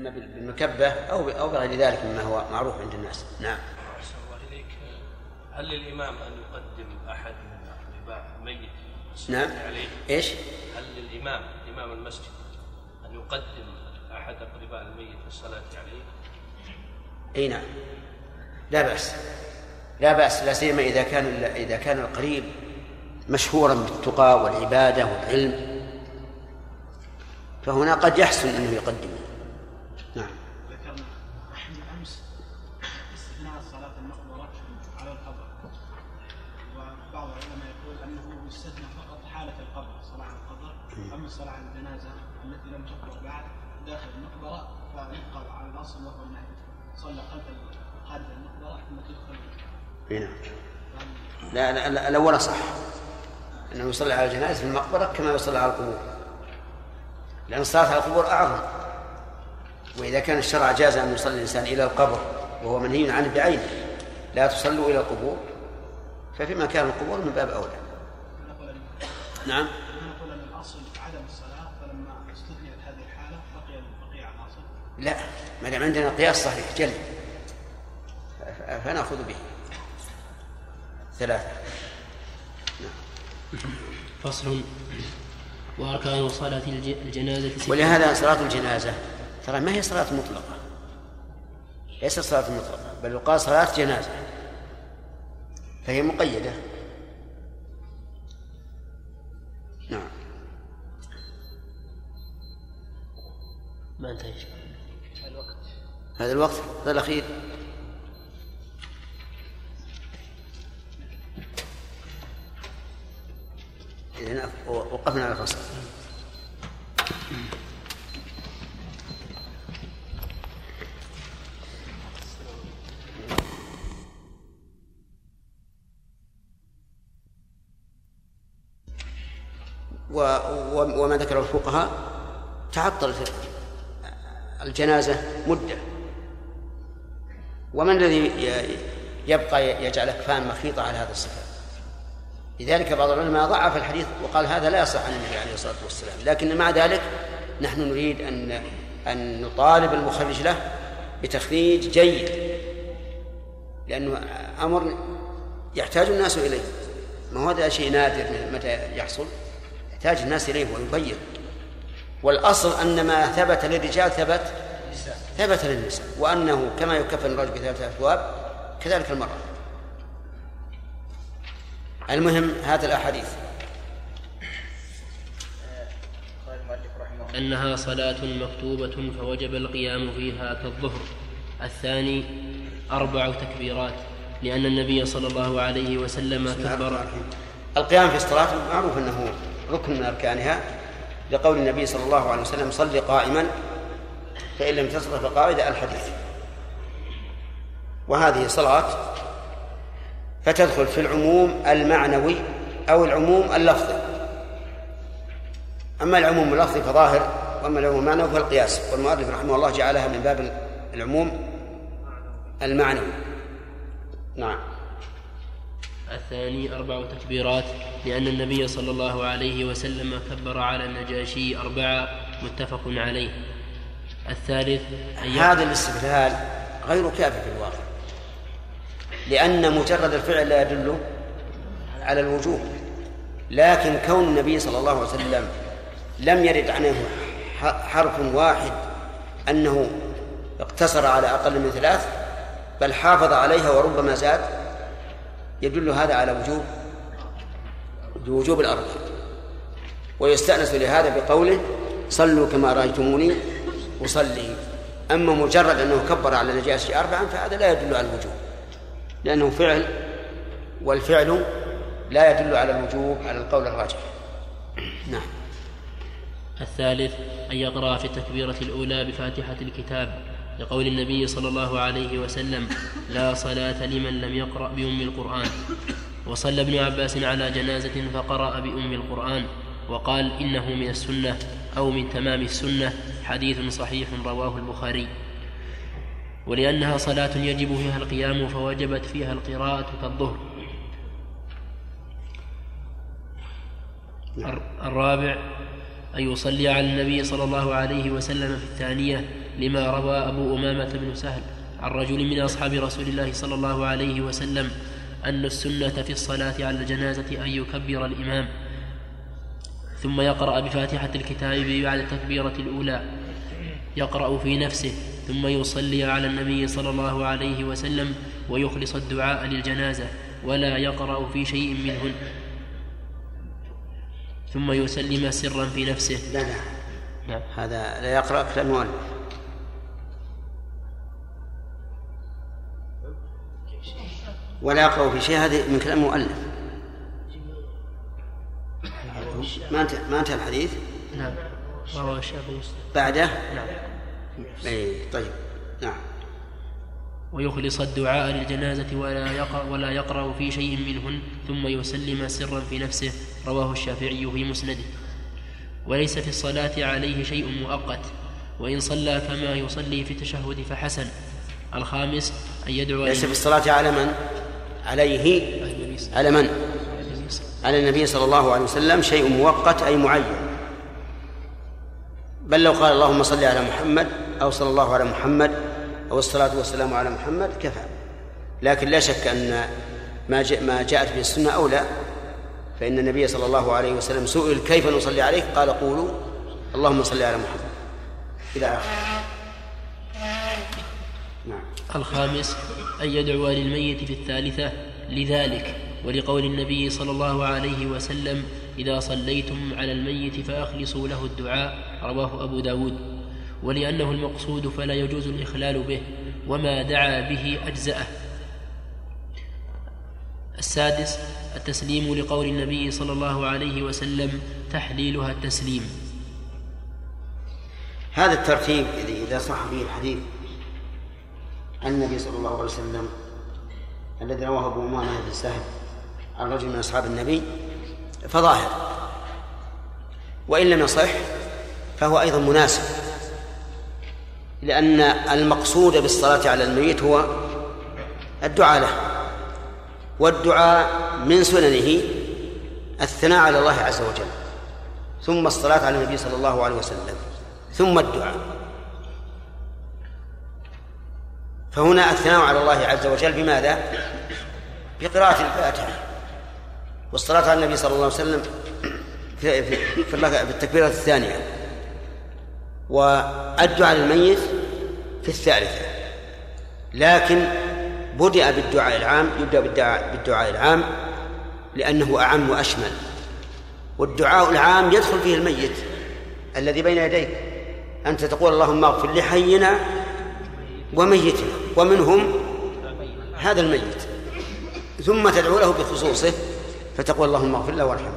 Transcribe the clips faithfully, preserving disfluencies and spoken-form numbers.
إما بالمكبة أو أو بغير ذلك مما هو معروف عند الناس. نعم. أحسن الله إليك. هل للإمام أن يقدم أحد من أقرباء الميت نعم عليه؟ إيش؟ هل للإمام إمام المسجد أن يقدم أحد أقرباء الميت في الصلاة عليه؟ أي نعم، لا بأس، لا بأس، لا سيما إذا كان إذا كان القريب مشهورا بالتقى والعبادة والعلم، فهنا قد يحسن أنه يقدم. نعم. ذكرنا أمس استثناء صلاة المقبرة على القبر، وبعض العلماء يقول أنه يستثنى فقط حالة القبر، صلاة على القبر، أما الصلاة على الجنازة التي لم تقبر بعد داخل المقبرة فيبقى على الأصل وهو أنه صلى خلف خارج المقبرة ثم تدخل. نعم. لا لا لا الأول صح، أنه يصلي على الجنائز في المقبرة كما يصلي على القبور، لأن الصلاة على القبور أعظم. وإذا كان الشرع جاز أن يصلي الإنسان إلى القبر وهو منهي عنه بعينه، لا تصلوا إلى القبور، ففي مكان القبور من باب أولى. نعم. نقول أن الأصل عدم الصلاة، فلما استثنيت هذه الحالة بقي بقي على الأصل. لا، ما دام عندنا قياس صحيح جل فنأخذ به. ثلاثة. فصل. وأركان صلاة الجنازة ستة. ولهذا صلاة الجنازة ترى ما هي صلاة مطلقة، ليست صلاة مطلقة، بل يقال صلاة جنازة، فهي مقيدة. نعم. ما انتهى الوقت. هذا الوقت هذا الأخير. إذن وقفنا على الفصل. وما ذكره الفقهاء تعطل الجنازة مدة، ومن الذي يبقى يجعل أكفان مخيطة على هذا الصفة؟ لذلك بعض العلماء ضعف الحديث وقال هذا لا يصح عن النبي عليه الصلاة والسلام، لكن مع ذلك نحن نريد أن أن نطالب المخرج له بتخريج جيد، لأنه أمر يحتاج الناس إليه، ما هو هذا شيء نادر متى يحصل، يحتاج الناس إليه ويبين. والأصل أن ما ثبت للرجال ثبت ثبت للنساء، وأنه كما يكفن الرجل بثلاثة أثواب كذلك المرأة. المهم هذا الأحاديث أنها صلاة مكتوبة فوجب القيام فيها كالظهر. الثاني أربع تكبيرات، لأن النبي صلى الله عليه وسلم كبر. القيام في الصلاة معروف أنه ركن من أركانها، لقول النبي صلى الله عليه وسلم صل قائما فإن لم تستطع فقاعدا الحديث. وهذه صلاة فتدخل في العموم المعنوي أو العموم اللفظي. أما العموم اللفظي فظاهر، وأما العموم المعنوي فالقياس، والمؤلف رحمه الله جعلها من باب العموم المعنوي. نعم. الثاني أربع تكبيرات، لأن النبي صلى الله عليه وسلم كبر على النجاشي أربعة متفق عليه. الثالث هذا الاستدلال غير كافي في الواقع، لأن مجرد الفعل لا يدل على الوجوب، لكن كون النبي صلى الله عليه وسلم لم يرد عنه حرف واحد أنه اقتصر على أقل من ثلاث بل حافظ عليها وربما زاد، يدل هذا على وجوب بوجوب الأربع. ويستأنس لهذا بقوله صلوا كما رأيتموني أصلي. أما مجرد أنه كبر على النجاشي أربعا فهذا لا يدل على الوجوب، لأنه فعل، والفعل لا يدل على الوجوب على القول الراجح. نعم. الثالث أن يقرأ في التكبيرة الأولى بفاتحة الكتاب، لقول النبي صلى الله عليه وسلم لا صلاة لمن لم يقرأ بأم القرآن. وصلى ابن عباس على جنازة فقرأ بأم القرآن وقال إنه من السنة أو من تمام السنة، حديث صحيح رواه البخاري. ولأنها صلاة يجب فيها القيام فوجبت فيها القراءة كالظهر. الرابع أن يصلي على النبي صلى الله عليه وسلم في الثانية لما روى أبو أمامة بن سهل عن رجل من أصحاب رسول الله صلى الله عليه وسلم أن السنة في الصلاة على الجنازة أن يكبر الإمام ثم يقرأ بفاتحة الكتاب بعد التكبيرة الأولى، يقرأ في نفسه، ثم يصلي على النبي صلى الله عليه وسلم ويخلص الدعاء للجنازة ولا يقرأ في شيء منهن، ثم يسلم سرا في نفسه. لا لا نعم. هذا لا يقرأ كلام المؤلف. ولا يقرأ في شيء، هذا من كلام المؤلف. ما انتهى ما انتهى الحديث. نعم. رواه الشافعي بعده. نعم. اي طيب. نعم. ويخلص الدعاء للجنازة ولا يقرأ, ولا يقرأ في شيء منهن، ثم يسلم سرا في نفسه. رواه الشافعي في مسنده. وليس في الصلاة عليه شيء مؤقت، وإن صلى كما يصلي في التشهد فحسن. الخامس أن يدعو. ليس في الصلاة على من؟ عليه. على من؟ على النبي صلى الله عليه وسلم شيء مؤقت أي معين، بل لو قال اللهم صل على محمد أو صلى الله على محمد أو الصلاة والسلام على محمد كفى. لكن لا شك أن ما ما جاءت به السنة أولى، فإن النبي صلى الله عليه وسلم سئل كيف نصلي عليك قال قولوا اللهم صل على محمد إلى آخره. نعم. الخامس أن يدعو للميت في الثالثة لذلك، ولقول النبي صلى الله عليه وسلم إذا صليتم على الميت فأخلصوا له الدعاء. رواه أبو داود. ولأنه المقصود فلا يجوز الإخلال به، وما دعا به أجزأه. السادس التسليم لقول النبي صلى الله عليه وسلم تحليلها التسليم. هذا الترتيب إذا صح به الحديث عن النبي صلى الله عليه وسلم الذي رواه أبو أمامة بن سهل عن رجل من أصحاب النبي فظاهر، وإن لم يصح فهو أيضا مناسب، لأن المقصود بالصلاة على الميت هو الدعاء له، والدعاء من سننه الثناء على الله عز وجل، ثم الصلاة على النبي صلى الله عليه وسلم، ثم الدعاء. فهنا الثناء على الله عز وجل بماذا؟ بقراءة الفاتحة، والصلاة على النبي صلى الله عليه وسلم في, في, في التكبيرة الثانية، والدعاء للميت في الثالثة. لكن بدأ بالدعاء العام، يبدأ بالدعاء, بالدعاء العام لأنه أعم وأشمل، والدعاء العام يدخل فيه الميت الذي بين يديك. أنت تقول اللهم اغفر لحينا وميتنا ومنهم هذا الميت، ثم تدعو له بخصوصه فتقول اللهم اغفر له وارحمه،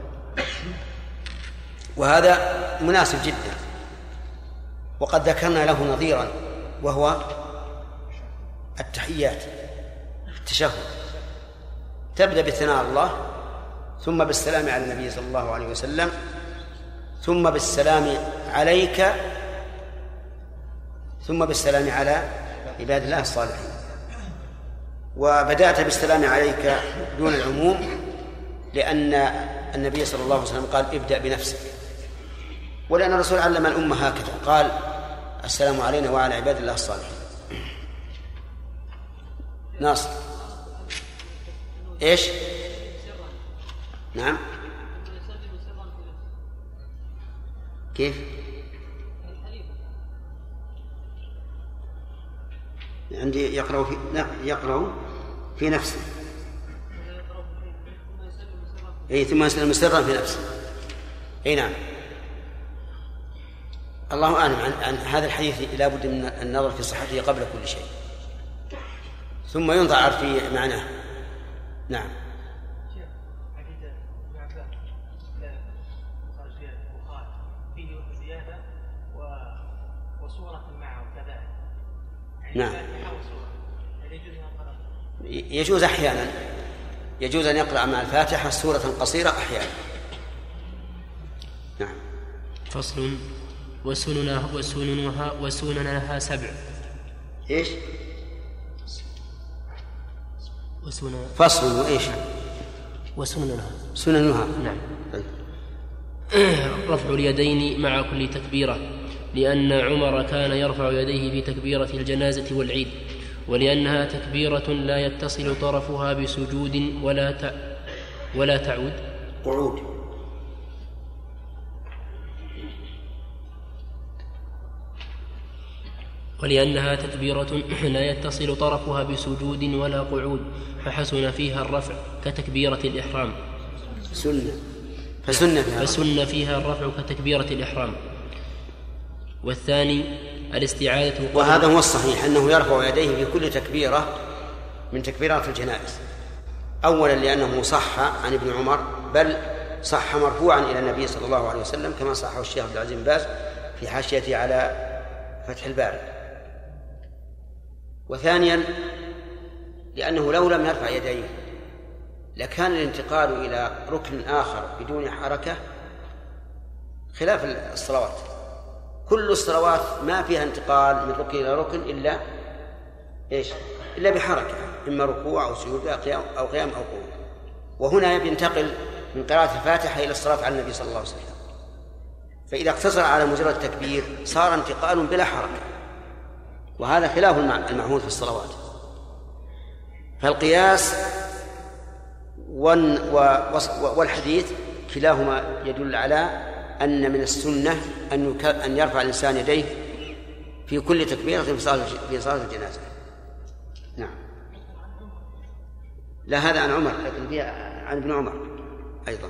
وهذا مناسب جدا. وقد ذكرنا له نظيرا وهو التحيات في التشهد، تبدأ بالثناء على الله، ثم بالسلام على النبي صلى الله عليه وسلم، ثم بالسلام عليك، ثم بالسلام على عباد الله الصالحين. وبدأت بالسلام عليك دون العموم لأن النبي صلى الله عليه وسلم قال ابدأ بنفسك، ولأن الرسول علم الأمة هكذا، قال السلام علينا وعلى عباد الله الصالحين. ناصر إيش؟ نعم. كيف؟ عندي يقرأ في يقرأ في نفسه، أي ثم يسلم سرا في نفسه. أي نعم. الله أعلم عن, عن هذا الحديث لا بد من النظر في صحته قبل كل شيء، ثم ينظر في معناه. نعم. نعم. يجوز أحيانا، يجوز أن يقرأ مع الفاتحة سورة قصيرة أحيانا. نعم. فصل وسننها وسننها وسننها سبع. إيش؟ وسنن. فصل وإيش؟ وسننها. سننها. نعم. طيب. رفع اليدين مع كل تكبيرة لأن عمر كان يرفع يديه في تكبيرة الجنازة والعيد، ولأنها تكبيرة لا يتصل طرفها بسجود ولا ت... ولا تعود قعود ولأنها تكبيرة لا يتصل طرفها بسجود ولا قعود، فحسن فيها الرفع كتكبيرة الإحرام. سنة فسن فيها, فسن فيها الرفع كتكبيرة الإحرام. والثاني الاستعاذة. وهذا هو الصحيح أنه يرفع يديه في كل تكبيرة من تكبيرات الجنائز، أولا لأنه صح عن ابن عمر، بل صح مرفوعا إلى النبي صلى الله عليه وسلم كما صحه الشيخ عبد العزيز بن باز في حاشيته على فتح الباري. وثانيا لأنه لو لم يرفع يديه لكان الانتقال إلى ركن آخر بدون حركة خلاف الصلوات. كل الصلوات ما فيها انتقال من ركن إلى ركن إلا إيش؟ إلا بحركة، إما ركوع أو سجود أو قيام أو قعود. وهنا ينتقل من قراءة الفاتحة إلى الصلاة على النبي صلى الله عليه وسلم، فإذا اقتصر على مجرد التكبير صار انتقال بلا حركة، وهذا خلاف المعهود في الصلوات. فالقياس والحديث كلاهما يدل على أن من السنة أن يرفع الإنسان يديه في كل تكبيرة في صلاة الجنازة. نعم. لا هذا عن عمر، لكن فيها عن ابن عمر أيضا.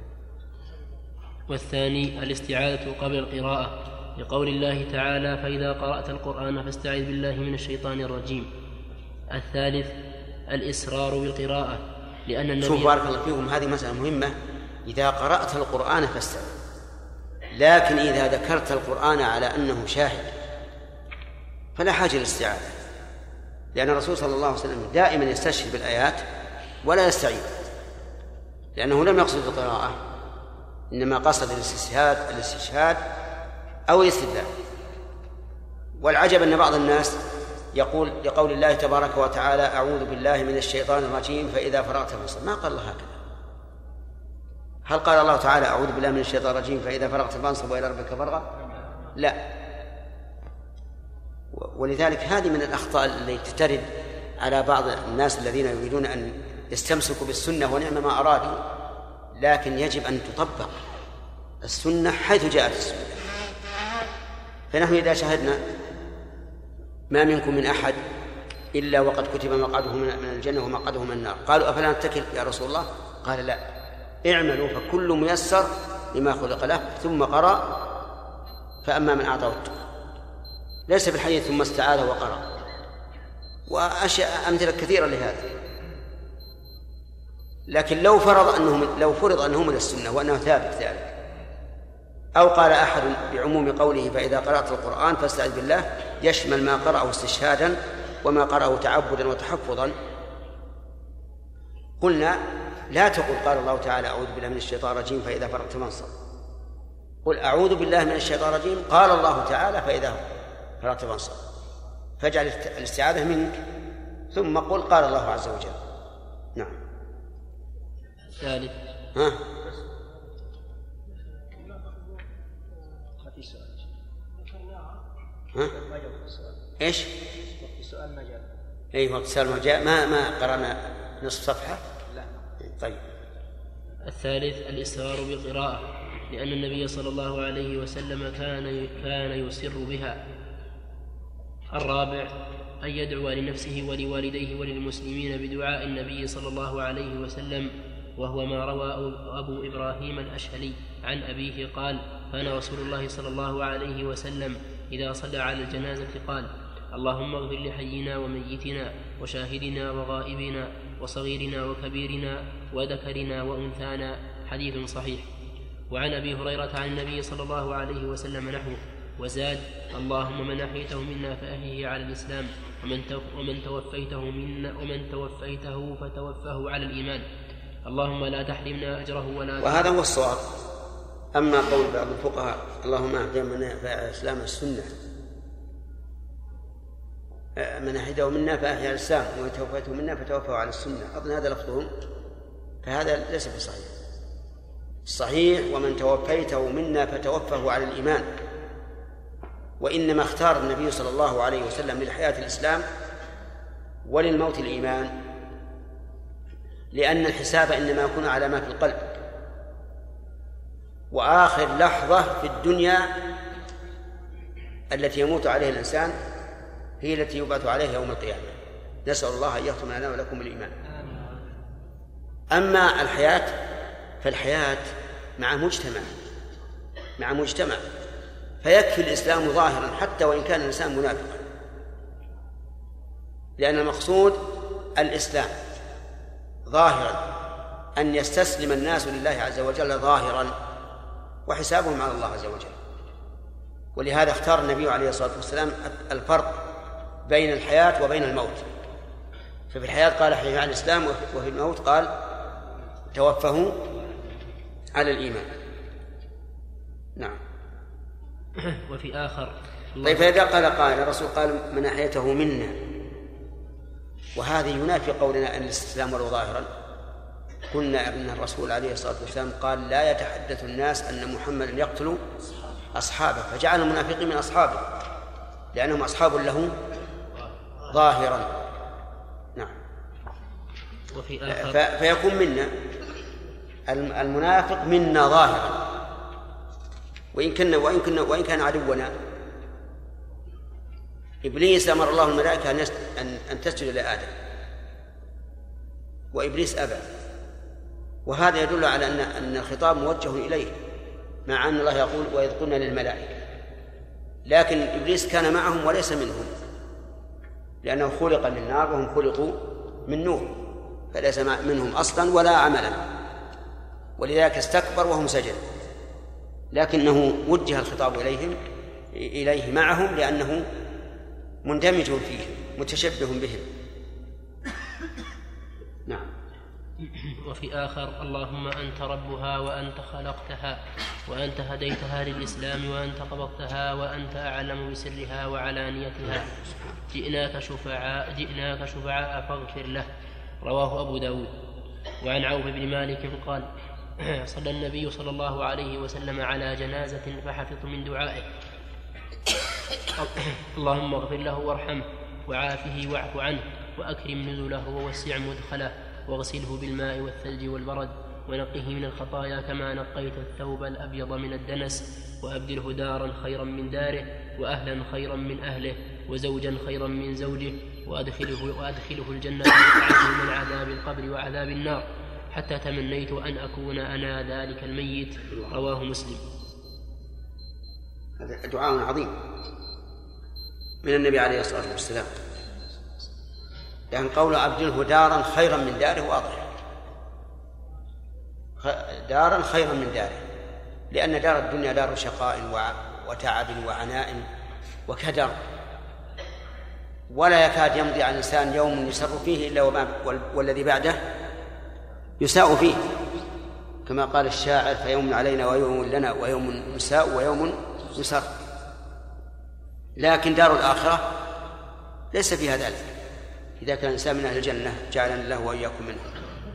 والثاني الاستعاذة قبل القراءة، لقول الله تعالى: فإذا قرأت القرآن فاستعذ بالله من الشيطان الرجيم. الثالث الإسرار بالقراءة، لأن النبي شوف بارك الله فيكم، هذه مسألة مهمة. إذا قرأت القرآن فاستعذ، لكن إذا ذكرت القرآن على أنه شاهد فلا حاجة للاستعاذة، لأن الرسول صلى الله عليه وسلم دائما يستشهد بالآيات ولا يستعيذ، لأنه لم يقصد القراءة، إنما قصد الاستشهاد الاستشهاد أو الاستدلال. والعجب أن بعض الناس يقول لقول الله تبارك وتعالى: أعوذ بالله من الشيطان الرجيم فإذا فرغت فانصب. ما قال الله هكذا. هل قال الله تعالى: أعوذ بالله من الشيطان الرجيم فإذا فرغت فانصب وإلى ربك فارغب؟ لا. ولذلك هذه من الأخطاء التي ترد على بعض الناس الذين يريدون أن يستمسكوا بالسنة ونعم ما أرادوا، لكن يجب أن تطبق السنة حيث جاءت السنة. فنحن إذا شاهدنا ما منكم من أحد إلا وقد كتب مقعده من الجنة ومقعده من النار، قالوا: أفلا نتكل يا رسول الله؟ قال: لا، اعملوا فكل ميسر لما خلق له، ثم قرأ: فأما من أعطى واتقى. ليس بالحديث ثم استعاذ وقرأ، وأشياء أمثلة كثيرة لهذا. لكن لو فرض أنه لو فرض أنه من السنة وأنه ثابت ذلك، أو قال أحد بعموم قوله: فإذا قرأت القرآن فاستعذ بالله، يشمل ما قرأه استشهادا وما قرأه تعبدا وتحفظا، قلنا: لا تقل قال الله تعالى: أعوذ بالله من الشيطان الرجيم فإذا فرغت فانصب. قل: أعوذ بالله من الشيطان الرجيم قال الله تعالى فإذا فرغت فانصب، فاجعل الاستعاذة منك، ثم قل قال الله عز وجل. نعم. الثالث ها ها ايش؟ وقت السؤال ما جاء. اي وقت السؤال ما جاء، ما ما قرأنا نصف صفحة. لا. طيب. الثالث الإسرار بالقراءة، لأن النبي صلى الله عليه وسلم كان كان يسر بها. الرابع أن يدعو لنفسه ولوالديه وللمسلمين بدعاء النبي صلى الله عليه وسلم، وهو ما روى أبو إبراهيم الأشهلي عن أبيه قال: كان رسول الله صلى الله عليه وسلم إذا صلى على الجنازة قال: اللهم اغفر لحينا وميتنا وشاهدنا وغائبنا وصغيرنا وكبيرنا وذكرنا وأنثانا. حديث صحيح. وعن أبي هريرة عن النبي صلى الله عليه وسلم نحوه، وزاد: اللهم من أحييته منا فأحيه على الإسلام، ومن توفيته منا ومن توفيته فتوفه على الإيمان، اللهم لا تحرمنا أجره ولا. وهذا هو الصواب. أما قول بعض الفقهاء: اللهم أحيي منا فأحيي الإسلام السنة، من أحييته منا فأحيي الإسلام، ومن توفيته منا فتوفه على السنة، أظن هذا لفظهم، فهذا ليس بصحيح. الصحيح: ومن توفيته منا فتوفه على الإيمان. وإنما اختار النبي صلى الله عليه وسلم للحياة الإسلام وللموت الإيمان، لأن الحساب إنما يكون على ما في القلب، وآخر لحظة في الدنيا التي يموت عليها الإنسان هي التي يبعث عليها يوم القيامة. نسأل الله أن يختم لنا ولكم الإيمان. أما الحياة فالحياة مع مجتمع مع مجتمع فيكفي الإسلام ظاهرا حتى وإن كان الإنسان منافقا، لأن المقصود الإسلام ظاهرا، أن يستسلم الناس لله عز وجل ظاهرا، وحسابهم على الله عز وجل. ولهذا اختار النبي عليه الصلاة والسلام الفرق بين الحياة وبين الموت، ففي الحياة قال حي على الإسلام، وفي الموت قال توفه على الإيمان. نعم. وفي آخر طيب فإذا قال قائل الرسول قال من أحيته منا، وهذه ينافي قولنا أن الاستسلام ولو ظاهرا. قلنا أن الرسول عليه الصلاة والسلام قال لا يتحدث الناس أن محمد يقتل أصحابه، فجعل المنافقين من أصحابه لأنهم أصحاب له ظاهرا. نعم. وفي آخر ف... فيكون منا المنافق منا ظاهرا، وإن كان وإن كان وإن كان عدونا. إبليس أمر الله الملائكة أن أن تسجد لآدم، وإبليس أبى، وهذا يدل على أن أن الخطاب موجه إليه، مع أن الله يقول وإذ قلنا للملائكة، لكن إبليس كان معهم وليس منهم، لأنه خلق من نار وهم خلقوا من نور، فليس منهم أصلا ولا عملا، ولذلك استكبر وهم سجدوا، لكنه وجه الخطاب إليهم إليه معهم لأنه مندمج فيهم متشبه بهم. نعم. وفي آخر اللهم أنت ربها وأنت خلقتها وأنت هديتها للإسلام وأنت قبضتها وأنت أعلم بسرها وعلانيتها، جئناك شفعاء جئناك شفعاء فاغفر له. رواه أبو داود. وعن عوف بن مالك قال صلى النبي صلى الله عليه وسلم على جنازة فحفظت من دعائه اللهم اغفر له وارحمه وعافه واعف عنه وأكرم نزله ووسع مدخله واغسله بالماء والثلج والبرد ونقه من الخطايا كما نقيت الثوب الأبيض من الدنس، وأبدله دارا خيرا من داره وأهلا خيرا من أهله وزوجا خيرا من زوجه وأدخله, وأدخله الجنة وأعاذه من عذاب القبر وعذاب النار حتى تمنيت أن أكون أنا ذلك الميت. رواه مسلم. هذا دعاء عظيم من النبي عليه الصلاة والسلام، لأن قول أبدله دارا خيرا من داره واضح، دارا خيرا من داره، لأن دار الدنيا دار شقاء وتعب وعناء وكدر، ولا يكاد يمضي على الإنسان يوم يسر فيه إلا والذي بعده يساء فيه، كما قال الشاعر فيوم علينا ويوم لنا ويوم نساء ويوم يسر. لكن دار الآخرة ليس فيها ذلك، إذا كان الإنسان من أهل الجنة جعلنا الله وإياكم منه.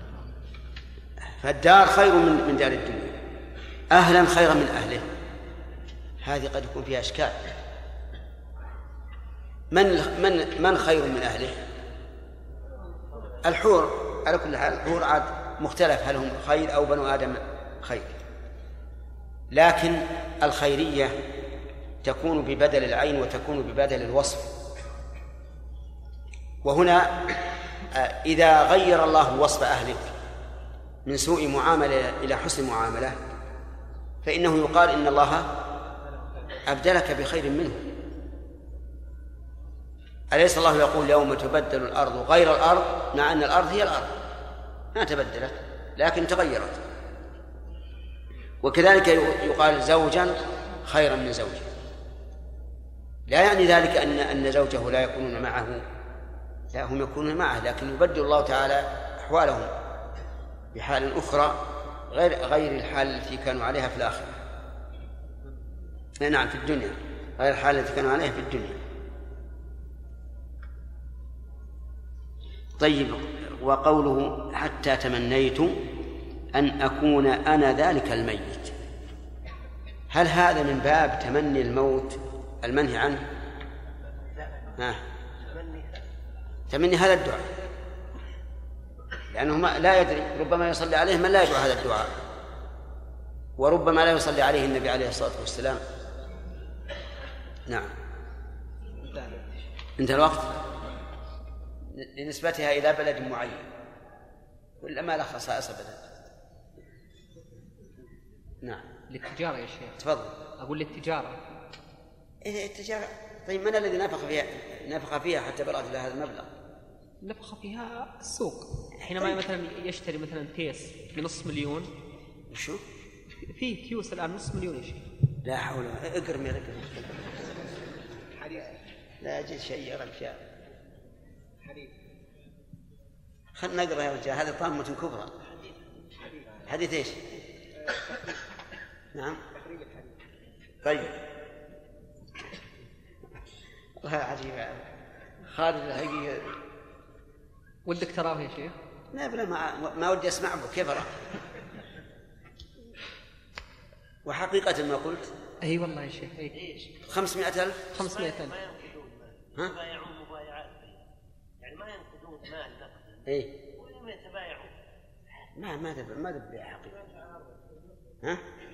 فالدار خير من من دار الدنيا، أهلا خيرا من أهله، هذه قد يكون فيها إشكال. من من من خير من أهله؟ الحور على كل حال، الحور عاد مختلف هل هم خير أو بنو آدم خير، لكن الخيرية تكون ببدل العين وتكون ببدل الوصف. وهنا إذا غير الله وصف أهلك من سوء معاملة إلى حسن معاملة فإنه يقال إن الله أبدلك بخير منه. أليس الله يقول يوم تبدل الأرض غير الأرض، مع أن الأرض هي الأرض ما تبدلت لكن تغيرت. وكذلك يقال زوجا خيرا من زوجه، لا يعني ذلك أن أن زوجه لا يكونون معه، لا هم يكونون معه، لكن يبدل الله تعالى أحوالهم بحال أخرى غير غير الحال التي كانوا عليها في الآخرة. نعم في الدنيا غير الحال التي كانوا عليها في الدنيا. طيب، وقوله حتى تمنيت أن أكون أنا ذلك الميت، هل هذا من باب تمني الموت المنهي عنه ها تمني هذا الدعاء، لأنه ما لا يدري، ربما يصلي عليه من لا يدعو هذا الدعاء، وربما لا يصلي عليه النبي عليه الصلاة والسلام. نعم. انتهى الوقت لنسبتها إلى بلد معين ولا ما له خصائص أبدا. نعم. للتجارة يا شيخ. تفضل. أقول للتجارة. إيه التجارة؟ طيب من الذي نفخ فيها نفخ فيها حتى بلغت إلى هذا المبلغ؟ نفخ فيها السوق حينما طيب. مثلا يشتري مثلا كيس بنص مليون. وشو؟ في كيوس الآن نص مليون يا شيخ. لا حول ولا قوة. اقرم يا رجل. لا أجد شيء يا رجال. خلنا نقرأ يا رجال، هذه طامة كبرى. حديث إيش؟ نعم. طيب. والله عجيبة. خالد الحقيقة. ودك تراه يا شيخ؟ لا بلا ما ما ودي أسمع به كيف أراه. وحقيقة ما قلت. أي والله يا شيخ. أي. خمسمائة ألف. خمسمائة ألف. ها؟ يبايعون مبايعات يعني ما ينقذون مال نقد. إيه. ولما يتبايعون. ما ما دب ما دب حقيقة. ها؟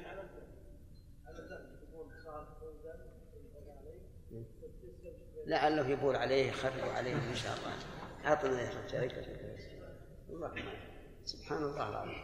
لعله يبول عليه يخرج عليه إن شاء الله. أعطنا يا رجال الله سبحان الله العظيم.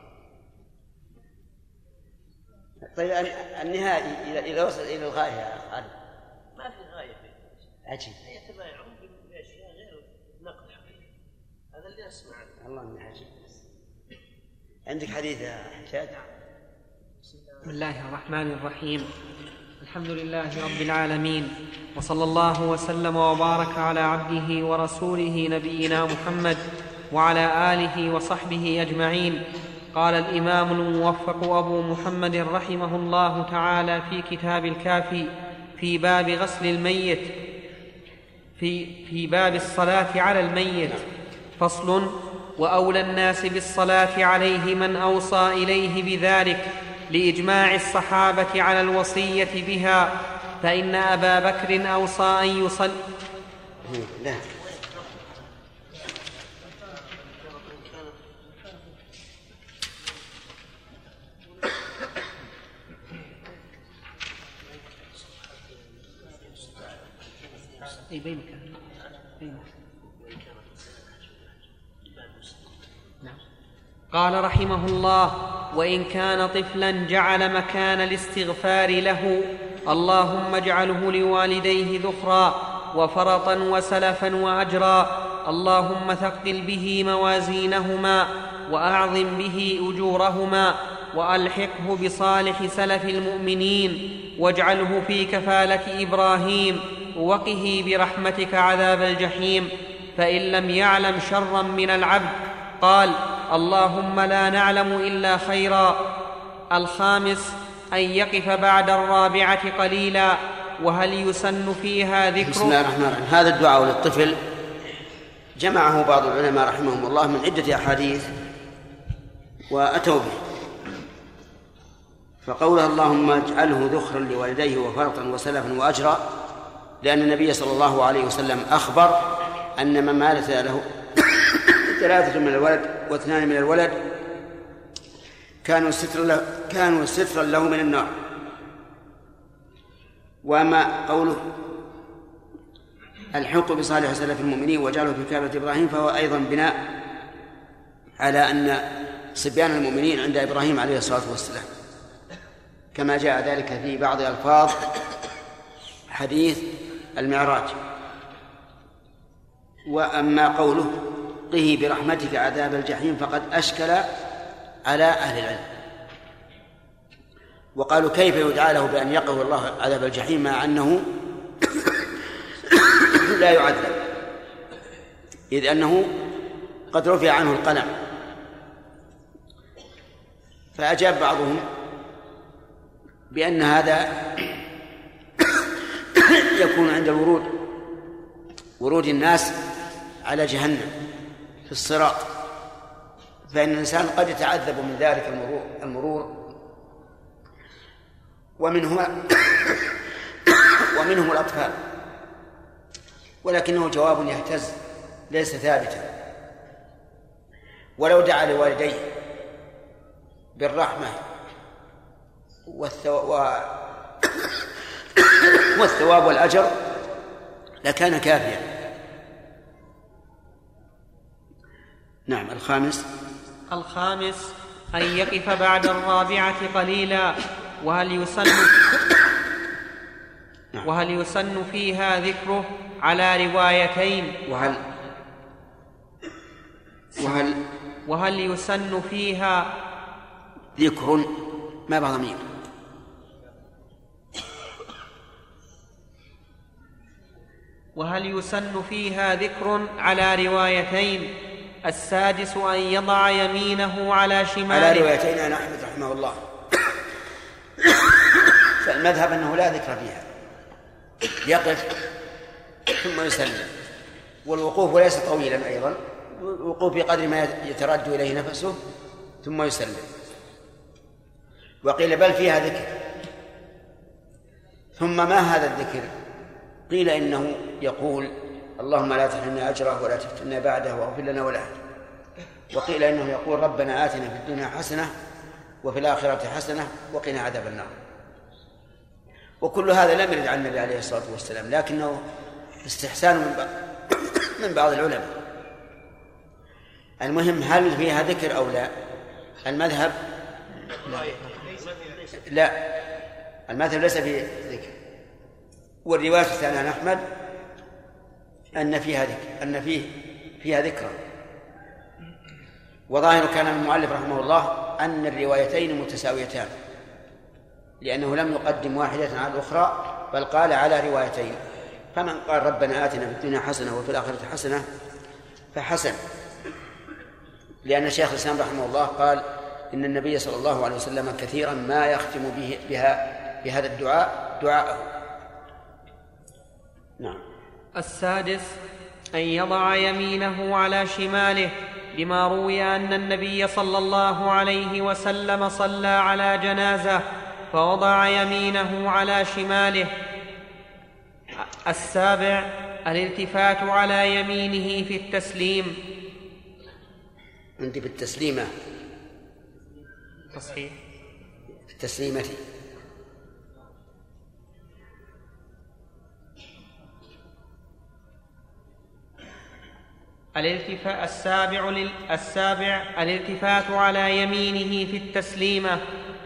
طيب النهائي إذا إذا وصل إلى الغاية يا خالد. ما في غاية. عجيب. يتبايعون بأشياء غير نقد حقيقي. هذا اللي أسمع. الله من عجيب. عندك حديث يا حجاج؟ بسم الله الرحمن الرحيم. الحمد لله رب العالمين، وصلى الله وسلم وبارك على عبده ورسوله نبينا محمد وعلى آله وصحبه أجمعين. قال الإمام الموفق أبو محمد رحمه الله تعالى في كتاب الكافي في باب غسل الميت في, في باب الصلاة على الميت فصل: وأولى الناس بالصلاة عليه من أوصى إليه بذلك لإجماع الصحابة على الوصية بها، فإن أبا بكر أوصى أن يصلي. لا. أي بينك بينك. قال رحمه الله: وإن كان طفلا جعل مكان الاستغفار له اللهم اجعله لوالديه ذخرا وفرطا وسلفا وأجرا، اللهم ثقل به موازينهما وأعظم به أجورهما وألحقه بصالح سلف المؤمنين واجعله في كفالة إبراهيم وقه برحمتك عذاب الجحيم. فإن لم يعلم شرا من العبد قال: اللهم لا نعلم إلا خيرا. الخامس: أن يقف بعد الرابعة قليلا. وهل يسن فيها ذكر؟ بسم الله الرحمن الرحيم. هذا الدعاء للطفل جمعه بعض العلماء رحمهم الله من عدة أحاديث وأتوا به، فقوله اللهم اجعله ذخرا لوالديه وفرطا وسلفا وأجرا، لأن النبي صلى الله عليه وسلم أخبر أن من مات له ثلاثة من الولد واثنان من الولد كانوا سترا له, كانوا سترا له من النار. وأما قوله الحق بصالح سلف المؤمنين وجعله في كعبة إبراهيم فهو أيضا بناء على أن صبيان المؤمنين عند إبراهيم عليه الصلاة والسلام، كما جاء ذلك في بعض ألفاظ حديث المعراج. وأما قوله قه برحمتك عذاب الجحيم فقد أشكل على أهل العلم، وقالوا كيف يدعى له بأن يقه الله عذاب الجحيم مع أنه لا يعذب، إذ أنه قد رفع عنه القلم. فأجاب بعضهم بأن هذا يكون عند الورود ورود الناس على جهنم في الصراط، فإن الإنسان قد يتعذب من ذلك المرور, المرور ومنهما ومنهم الأطفال، ولكنه جواب يهتز ليس ثابتا. ولو دعا لوالديه بالرحمة والثواب والأجر لكان كافيا. نعم. الخامس الخامس أن يقف بعد الرابعة قليلا، وهل يسن وهل يسن فيها ذكره على روايتين وهل وهل وهل يسن فيها ذكر ما بعض ضمير وهل يسن فيها ذكر على روايتين. السادس أن يضع يمينه على شماله. على روايتين عن أحمد رحمه الله، فالمذهب أنه لا ذكر فيها، يقف ثم يسلم، والوقوف ليس طويلا أيضا، الوقوف بقدر ما يترد إليه نفسه ثم يسلم. وقيل بل فيها ذكر. ثم ما هذا الذكر؟ قيل إنه يقول اللهم لا تحرمنا أجره ولا تفتنا بعده واغفر لنا وله. وقيل إنه يقول ربنا آتنا في الدنيا حسنة وفي الآخرة حسنة وقنا عذاب النار. وكل هذا لم يرد عن النبي عليه الصلاة والسلام، لكنه استحسان من بعض العلماء. المهم هل فيها ذكر أو لا؟ المذهب لا، المذهب ليس فيه ذكر. والرواية الثانية عن أحمد أن فيها ذكر، أن فيه فيها ذكرا. وظاهر كلام المؤلف رحمه الله أن الروايتين متساويتان، لأنه لم يقدم واحدة على الأخرى بل قال على روايتين. فمن قال ربنا آتنا في الدنيا حسنة وفي الآخرة حسنة فحسن، لأن الشيخ الإسلام رحمه الله قال إن النبي صلى الله عليه وسلم كثيرا ما يختم به بها بهذا الدعاء دعاءه. نعم. السادس أن يضع يمينه على شماله، لما روي أن النبي صلى الله عليه وسلم صلى على جنازة فوضع يمينه على شماله. السابع الالتفات على يمينه في التسليم. عندي بالتسليمة تصحيح التسليمة. الالتفات السابع لل... السابع الالتفات على يمينه في التسليمة.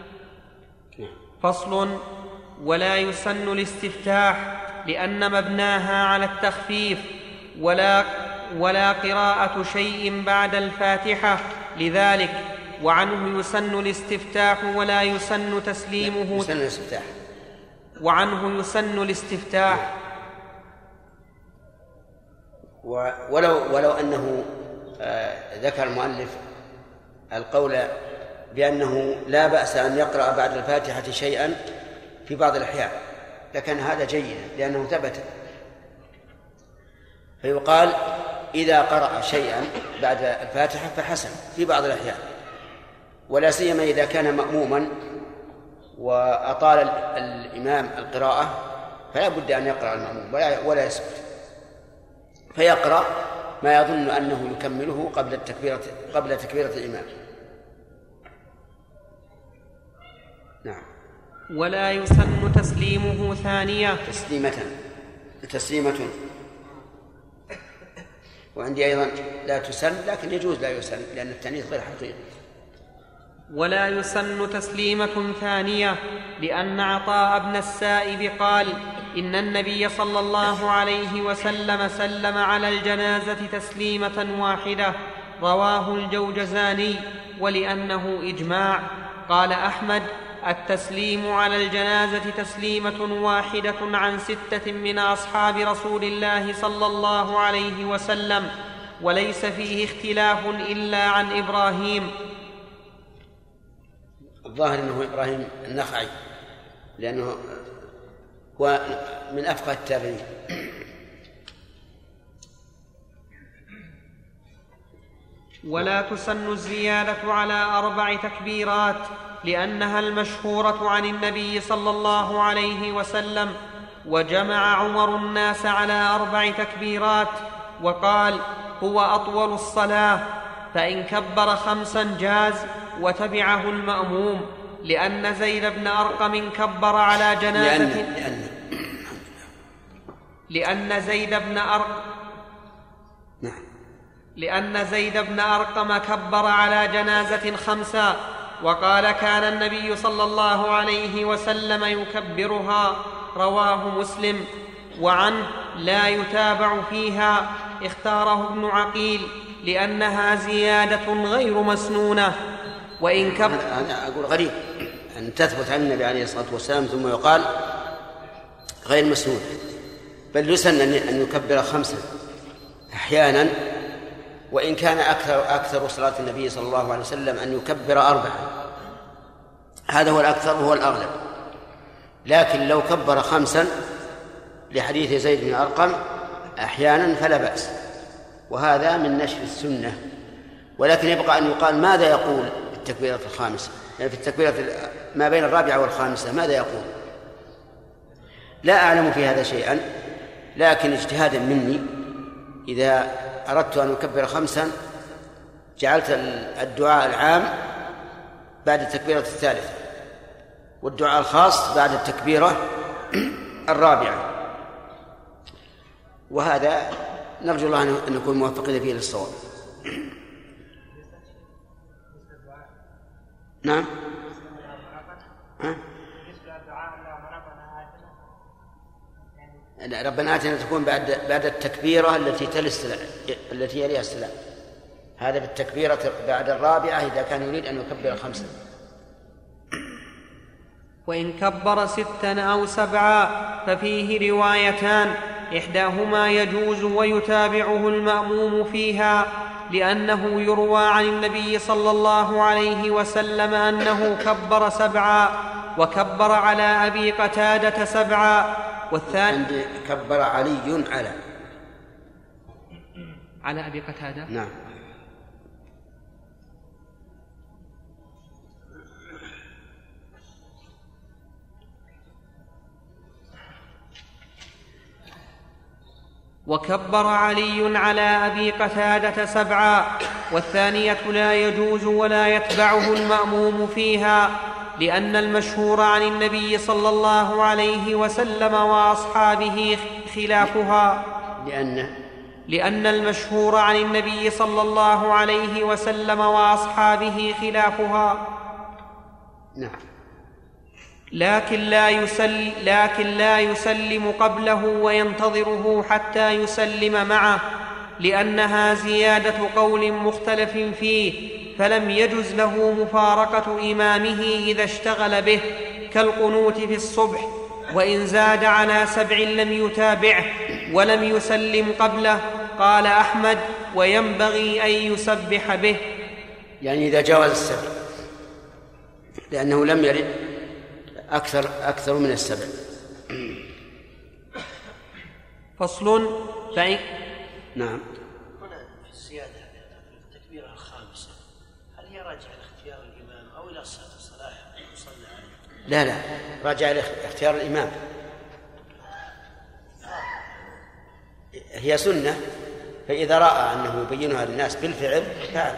فصل: ولا يسن الاستفتاح لأن مبناها على التخفيف، ولا ولا قراءة شيء بعد الفاتحة لذلك، وعنه يسن الاستفتاح ولا يسن تسليمه. يسن الاستفتاح. وعنه يسن الاستفتاح. ولو ولو أنه ذكر المؤلف القول بأنه لا بأس أن يقرأ بعد الفاتحة شيئا في بعض الأحيان لكن هذا جيد لأنه ثبت. فيقال إذا قرأ شيئا بعد الفاتحة فحسن في بعض الأحيان، ولا سيما إذا كان مأموما وأطال الإمام القراءة فلا بد أن يقرأ المأموم ولا يسكت، فيقرأ ما يظن أنه يكمله قبل التكبيرة قبل تكبيرة الإمام. نعم. ولا يسن تسليمه ثانية. تسليمة تسليمة وعندي أيضا لا تسن، لكن يجوز لا يسن لأن التأنيث غير حقيقي. ولا يسن تسليمة ثانية لأن عطاء بن السائب قال: إن النبي صلى الله عليه وسلم سلم على الجنازة تسليمة واحدة، رواه الجوجزاني، ولأنه إجماع. قال أحمد: التسليم على الجنازة تسليمة واحدة عن ستة من أصحاب رسول الله صلى الله عليه وسلم، وليس فيه اختلاف إلا عن إبراهيم. الظاهر أنه إبراهيم النخعي لأنه هو من أفقه التابعين. ولا تسن الزيادة على أربع تكبيرات لأنها المشهورة عن النبي صلى الله عليه وسلم، وجمع عمر الناس على أربع تكبيرات وقال: هو أطول الصلاة، فإن كبر خمسا جاز وتبعه المأموم، لأن زيد بن أرقم كبر على جنازة لأن, لأن, لأن زيد بن أرقم نعم لأن زيد بن أرقم كبر على جنازة خمسا، وقال: كان النبي صلى الله عليه وسلم يكبرها. رواه مسلم. وعنه: لا يتابع فيها، اختاره ابن عقيل لأنها زيادة غير مسنونة. وإن كبر، أنا أقول غريب أن تثبت عن النبي عليه الصلاة والسلام ثم يقال غير مسنون، بل يسن أن يكبر خمسا أحيانا، وإن كان أكثر, أكثر صلاة النبي صلى الله عليه وسلم أن يكبر أربعا، هذا هو الأكثر وهو الأغلب. لكن لو كبر خمسا لحديث زيد بن أرقم أحيانا فلا بأس، وهذا من نشر السنة. ولكن يبقى أن يقال ماذا يقول في التكبيرة الخامسة، يعني في التكبيرة ما بين الرابعة والخامسة ماذا يقول؟ لا أعلم في هذا شيئا، لكن اجتهادا مني إذا أردت أن أكبر خمسا جعلت الدعاء العام بعد التكبيرة الثالثة، والدعاء الخاص بعد التكبيرة الرابعة، وهذا نرجو الله أن نكون موفقين فيه للصواب. نعم. ها؟ ربنا آتنا تكون بعد بعد التكبيرة التي تلي السلام، التي يليها السلام، هذا بالتكبيرة بعد الرابعة إذا كان يريد أن يكبر خمسة. وإن كبر ستا أو سبعا ففيه روايتان، إحداهما يجوز ويتابعه المأموم فيها، لأنه يروى عن النبي صلى الله عليه وسلم أنه كبر سبعا وكبر على أبي قتادة سبعا. والثاني كبر علي على على أبي قتادة. نعم. وكبر علي على أبي قتادة سبعا. والثانية لا يجوز ولا يتبعه المأموم فيها، لأن المشهور عن النبي صلى الله عليه وسلم وأصحابه خلافها. لأن لأن المشهور عن النبي صلى الله عليه وسلم وأصحابه خلافها. نعم. لكن لا يسل لكن لا يسلم قبله وينتظره حتى يسلم معه، لأنها زيادة قول مختلف فيه، فلم يجز له مفارقة إمامه إذا اشتغل به، كالقنوت في الصبح. وإن زاد على سبع لم يتابعه ولم يسلم قبله. قال أحمد: وينبغي أن يسبح به، يعني إذا جاوز السبع، لأنه لم يرد أكثر أكثر من السبع. فصل. فإن نعم. هنا في الزيادة في التكبيرة الخامسة، هل هي راجعة لاختيار الإمام أو إلى صحة الصلاة يصلى عليه؟ لا لا، راجعة لاختيار الإمام، هي سنة، فإذا رأى أنه يبينها للناس بالفعل فعل،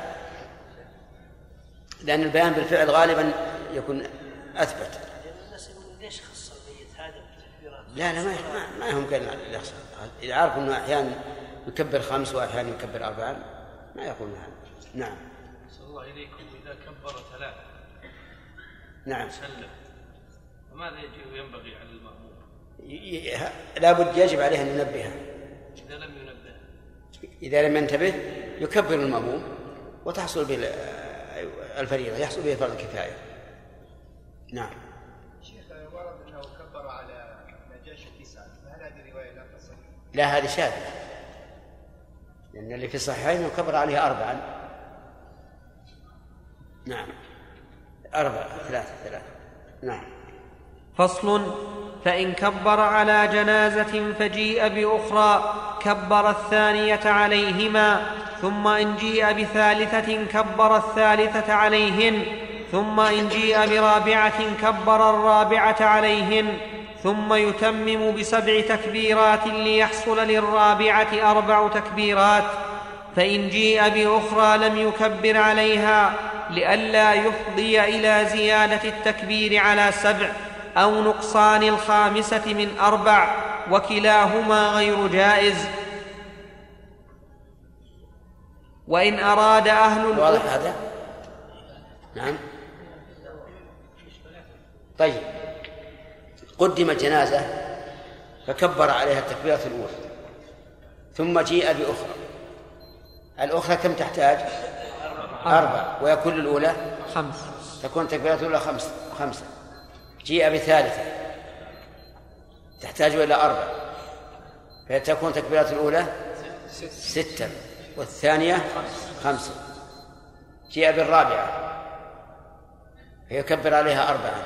لأن البيان بالفعل غالبا يكون أثبت. ليش خص الميت هذا بالتكبيرات؟ لا لا، ما ما هم كان يخسر، إذا عارف أنه أحيانا يكبر خمس وأحيانا يكبر أربعا ما يقول هذا. نعم. صلى الله إليكم. إذا كبر ثلاثة نعم سلم، فماذا يجب ينبغي على المأموم؟ لا بد يجب عليه أن ينبهها. إذا لم ينبه، إذا لم ينتبه يكبر المأموم وتحصل به الفريضة، يحصل به فرض الكفاية. نعم. شيخ، ورد أنه كبر على نجاشي تسعة، فهل هذه رواية لا تصح؟ لا، هذه شاذة، لأن اللي في الصحيحين يكبر عليها أربعا. نعم، أربعة ثلاثة ثلاثة. نعم. فصل. فإن كبر على جنازة فجيء بأخرى كبر الثانية عليهما، ثم إن جيء بثالثة كبر الثالثة عليهن، ثم إن جيء برابعة كبر الرابعة عليهن، ثم يتمم بسبع تكبيرات ليحصل للرابعة أربع تكبيرات، فإن جيء بأخرى لم يكبر عليها لئلا يفضي إلى زيادة التكبير على سبع أو نقصان الخامسة من أربع، وكلاهما غير جائز. وإن أراد أهل واضح هذا؟ نعم. طيب، قدمت جنازة فكبر عليها التكبيرة الأولى، ثم جيء بأخرى. الأخرى كم تحتاج؟ أربع، ويكون الأولى خمس، تكون التكبيرة الأولى خمسة خمسة. جيء بثالثة تحتاج إلى أربع، فتكون التكبيرة الأولى ستة والثانية خمسة. جيء بالرابعة فيكبر عليها أربعة،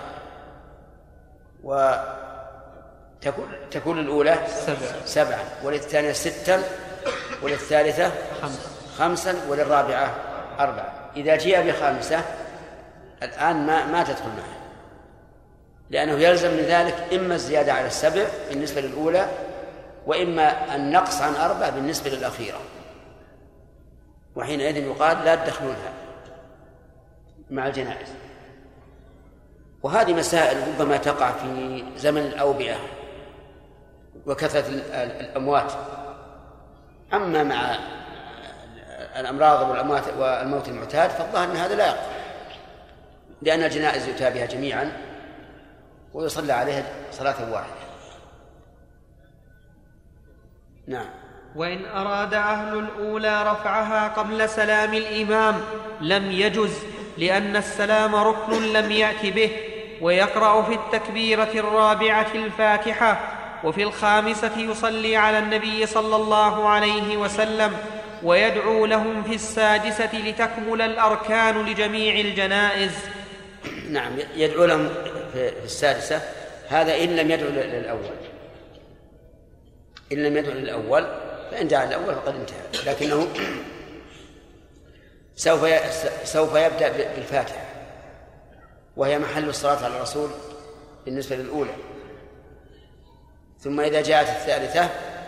وتكون تكون الأولى سبعة, سبعة وللثانية ستة وللثالثة خمسة, خمسا وللرابعة أربعة. إذا جيء بخامسة الآن ما ما تدخل معه، لأنه يلزم من ذلك إما الزيادة على السبع بالنسبة للأولى، وإما النقص عن أربع بالنسبة للأخيرة، وحينئذ يقال لا تدخلونها مع الجنائز. وهذه مسائل ربما تقع في زمن الأوبئة وكثرة الأموات. أما مع الأمراض والأموات والموت المعتاد فالظاهر أن هذا لا يقع، لأن الجنائز يؤتى بها جميعا ويصلى عليها صلاة واحدة. نعم. وإن أراد أهل الأولى رفعها قبل سلام الإمام لم يجز، لأن السلام ركن لم يأت به، ويقرأ في التكبيرة الرابعة الفاتحة، وفي الخامسة يصلي على النبي صلى الله عليه وسلم، ويدعو لهم في السادسة لتكمل الأركان لجميع الجنائز. نعم، يدعو لهم في السادسة، هذا إن لم يدعو للأول. إن لم يدعو للأول فإن دعا للأول فقد انتهى، لكنه سوف سوف يبدأ بالفاتحة، وهي محل الصلاة على الرسول بالنسبة للأولى. ثم إذا جاءت الثالثة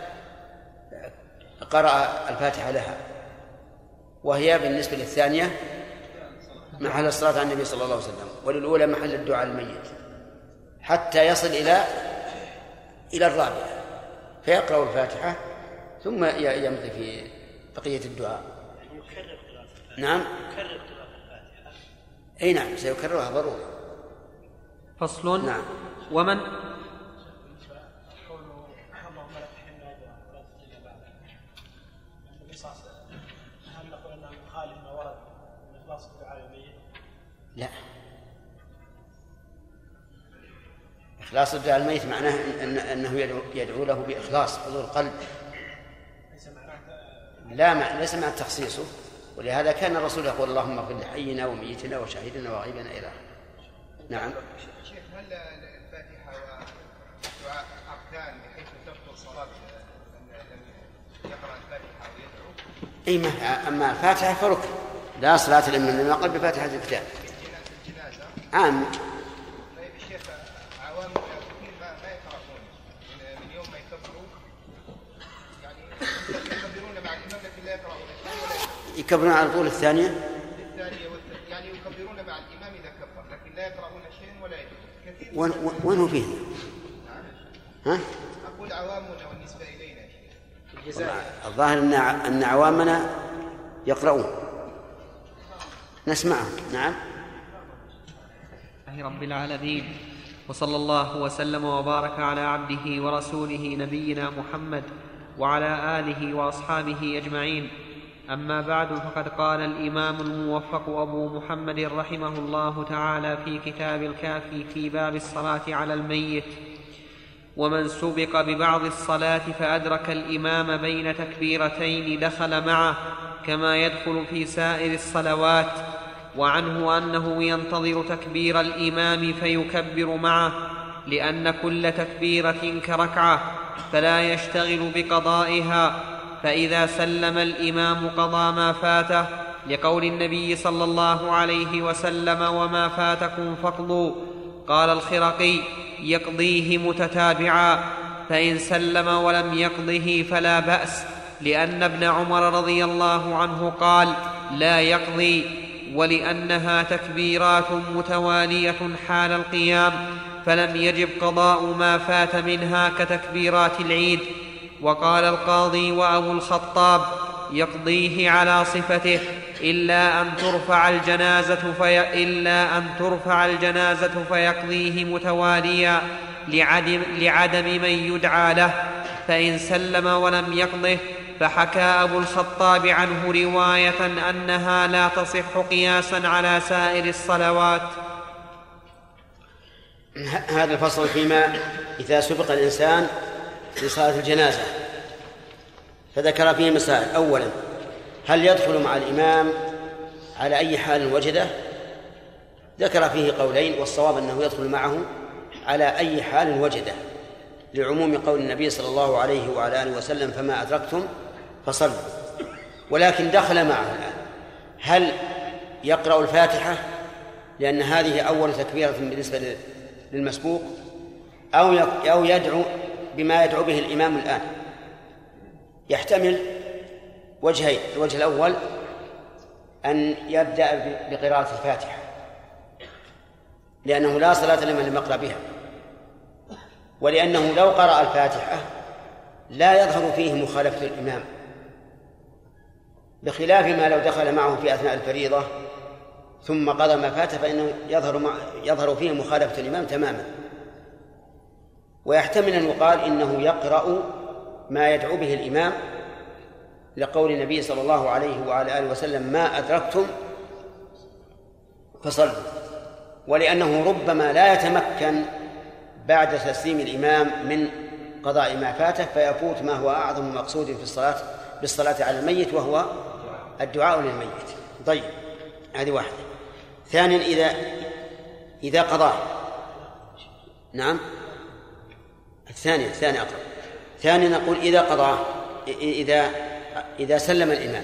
قرأ الفاتحة لها، وهي بالنسبة للثانية محل الصلاة على النبي صلى الله عليه وسلم، وللأولى محل الدعاء للميت، حتى يصل إلى إلى الرابعة فيقرأ الفاتحة ثم يمضي في بقية الدعاء. نعم، يكرر قراءة الفاتحة. أي نعم، سيكررها ضروري. فصل. نعم. ومن لا، إخلاص الدعاء الميت معناه إن أنه يدعو, يدعو له بإخلاص حضور القلب، لا ليس مع تخصيصه. ولهذا كان الرسول يقول اللهم اغفر لحينا وميتنا وشهيدنا وغائبنا إلى آخره. نعم. شيخ، هل الفاتحة ودعاء أركان بحيث تبطل صلاة لم يقرأ الفاتحة ويدعو؟ أي ما أما الفاتحة فركن، لا صلاة لمن لم يقرأ بفاتحة الكتاب. عام. طيب الشيخ، عوام المسلمين ما ما يقرؤون من يوم ما يكبروا، يعني يكبرون مع الإمام لكن لا يقرؤون الثانية ولا يقرؤون. يكبرون على طول الثانية؟ الثانية والثانية، يعني يكبرون مع الإمام إذا كبر لكن لا يقرؤون شيء ولا يدعون. وين وين هو فيه؟ ها؟ أقول عوامنا والنسبة إلينا يا شيخ. الظاهر أن أن عوامنا يقرؤون، نسمعهم. نعم. رب العالمين، وصلى الله وسلم وبارك على عبده ورسوله نبينا محمد وعلى آله وأصحابه أجمعين. أما بعد، فقد قال الإمام الموفق أبو محمد رحمه الله تعالى في كتاب الكافي في باب الصلاة على الميت: ومن سبق ببعض الصلاة فأدرك الإمام بين تكبيرتين دخل معه كما يدخل في سائر الصلوات. وعنه أنه ينتظر تكبير الإمام فيكبر معه، لأن كل تكبيرة كركعة، فلا يشتغل بقضائها، فإذا سلم الإمام قضى ما فاته، لقول النبي صلى الله عليه وسلم: وما فاتكم فاقضوا. قال الخرقي: يقضيه متتابعا، فإن سلم ولم يقضه فلا بأس، لأن ابن عمر رضي الله عنه قال: لا يقضي، ولأنها تكبيرات متوالية حال القيام، فلم يجب قضاء ما فات منها كتكبيرات العيد. وقال القاضي وأبو الخطاب: يقضيه على صفته إلا أن ترفع الجنازة في إلا أن ترفع الجنازة فيقضيه متواليا لعدم, لعدم من يدعى له، فإن سلم ولم يقضه. فحكى أبو الخطاب عنه رواية أنها لا تصح قياسا على سائر الصلوات. هذا الفصل فيما إذا سبق الإنسان في صلاة الجنازة، فذكر فيه مسائل. أولا، هل يدخل مع الإمام على أي حال وجده؟ ذكر فيه قولين، والصواب أنه يدخل معه على أي حال وجده، لعموم قول النبي صلى الله عليه وعلى آله وسلم: فما أدركتم فصلوا. ولكن دخل معه الآن، هل يقرأ الفاتحة لأن هذه أول تكبيرة بالنسبة للمسبوق، أو أو يدعو بما يدعو به الإمام الآن؟ يحتمل وجهين. الوجه الأول أن يبدأ بقراءة الفاتحة، لأنه لا صلاة لمن لم يقرأ بها، ولأنه لو قرأ الفاتحة لا يظهر فيه مخالفة الإمام، بخلاف ما لو دخل معه في أثناء الفريضة ثم قضى ما فات، فإنه يظهر, يظهر فيه مخالفة الإمام تماما. ويحتمل أن يقال إنه يقرأ ما يدعو به الإمام، لقول النبي صلى الله عليه وعلى آله وسلم: ما أدركتم فصلوا. ولأنه ربما لا يتمكن بعد تسليم الإمام من قضاء ما فاته، فيفوت ما هو أعظم مقصود في الصلاة بالصلاة على الميت، وهو الدعاء للميت. طيب، هذه واحدة. ثانيا، إذا إذا قضاه، نعم الثانية الثانية أقرب. ثانيا نقول إذا قضاه، إذا إذا سلم الإمام،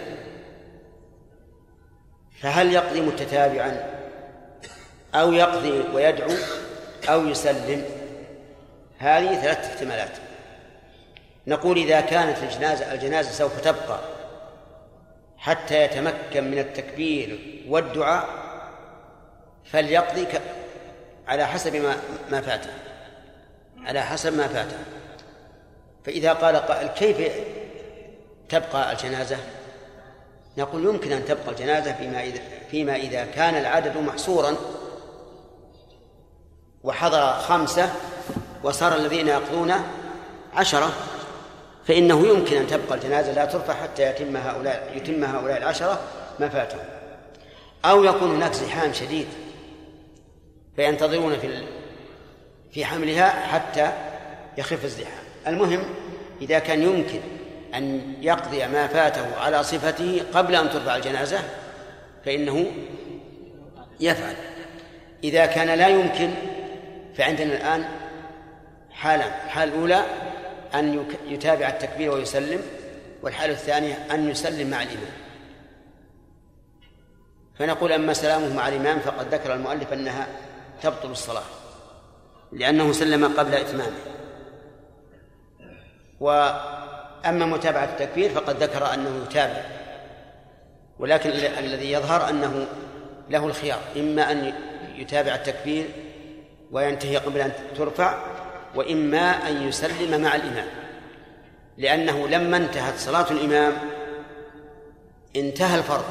فهل يقضي متتابعا أو يقضي ويدعو أو يسلم؟ هذه ثلاث احتمالات. نقول إذا كانت الجنازة الجنازة سوف تبقى حتى يتمكن من التكبير والدعاء، فليقضي على حسب ما ما فاته، على حسب ما فاته. فإذا قال قائل: كيف تبقى الجنازة؟ نقول: يمكن أن تبقى الجنازة فيما إذا, فيما إذا كان العدد محصورا، وحضر خمسة وصار الذين يقضون عشرة، فإنه يمكن أن تبقى الجنازة لا ترفع حتى يتم هؤلاء يتم هؤلاء العشرة ما فاتهم. أو يكون هناك زحام شديد فينتظرون في في حملها حتى يخف الزحام. المهم، إذا كان يمكن أن يقضي ما فاته على صفته قبل أن ترفع الجنازة فإنه يفعل. إذا كان لا يمكن فعندنا الآن حالان: الحالة الأولى أن يتابع التكبير ويسلم، والحالة الثانية أن يسلم مع الإمام. فنقول: أما سلامه مع الإمام فقد ذكر المؤلف أنها تبطل الصلاة لأنه سلم قبل إتمامه، وأما متابعة التكبير فقد ذكر أنه يتابع، ولكن الذي يظهر أنه له الخيار، إما أن يتابع التكبير وينتهي قبل أن ترفع، وإما أن يسلم مع الإمام، لأنه لما انتهت صلاة الإمام انتهى الفرض.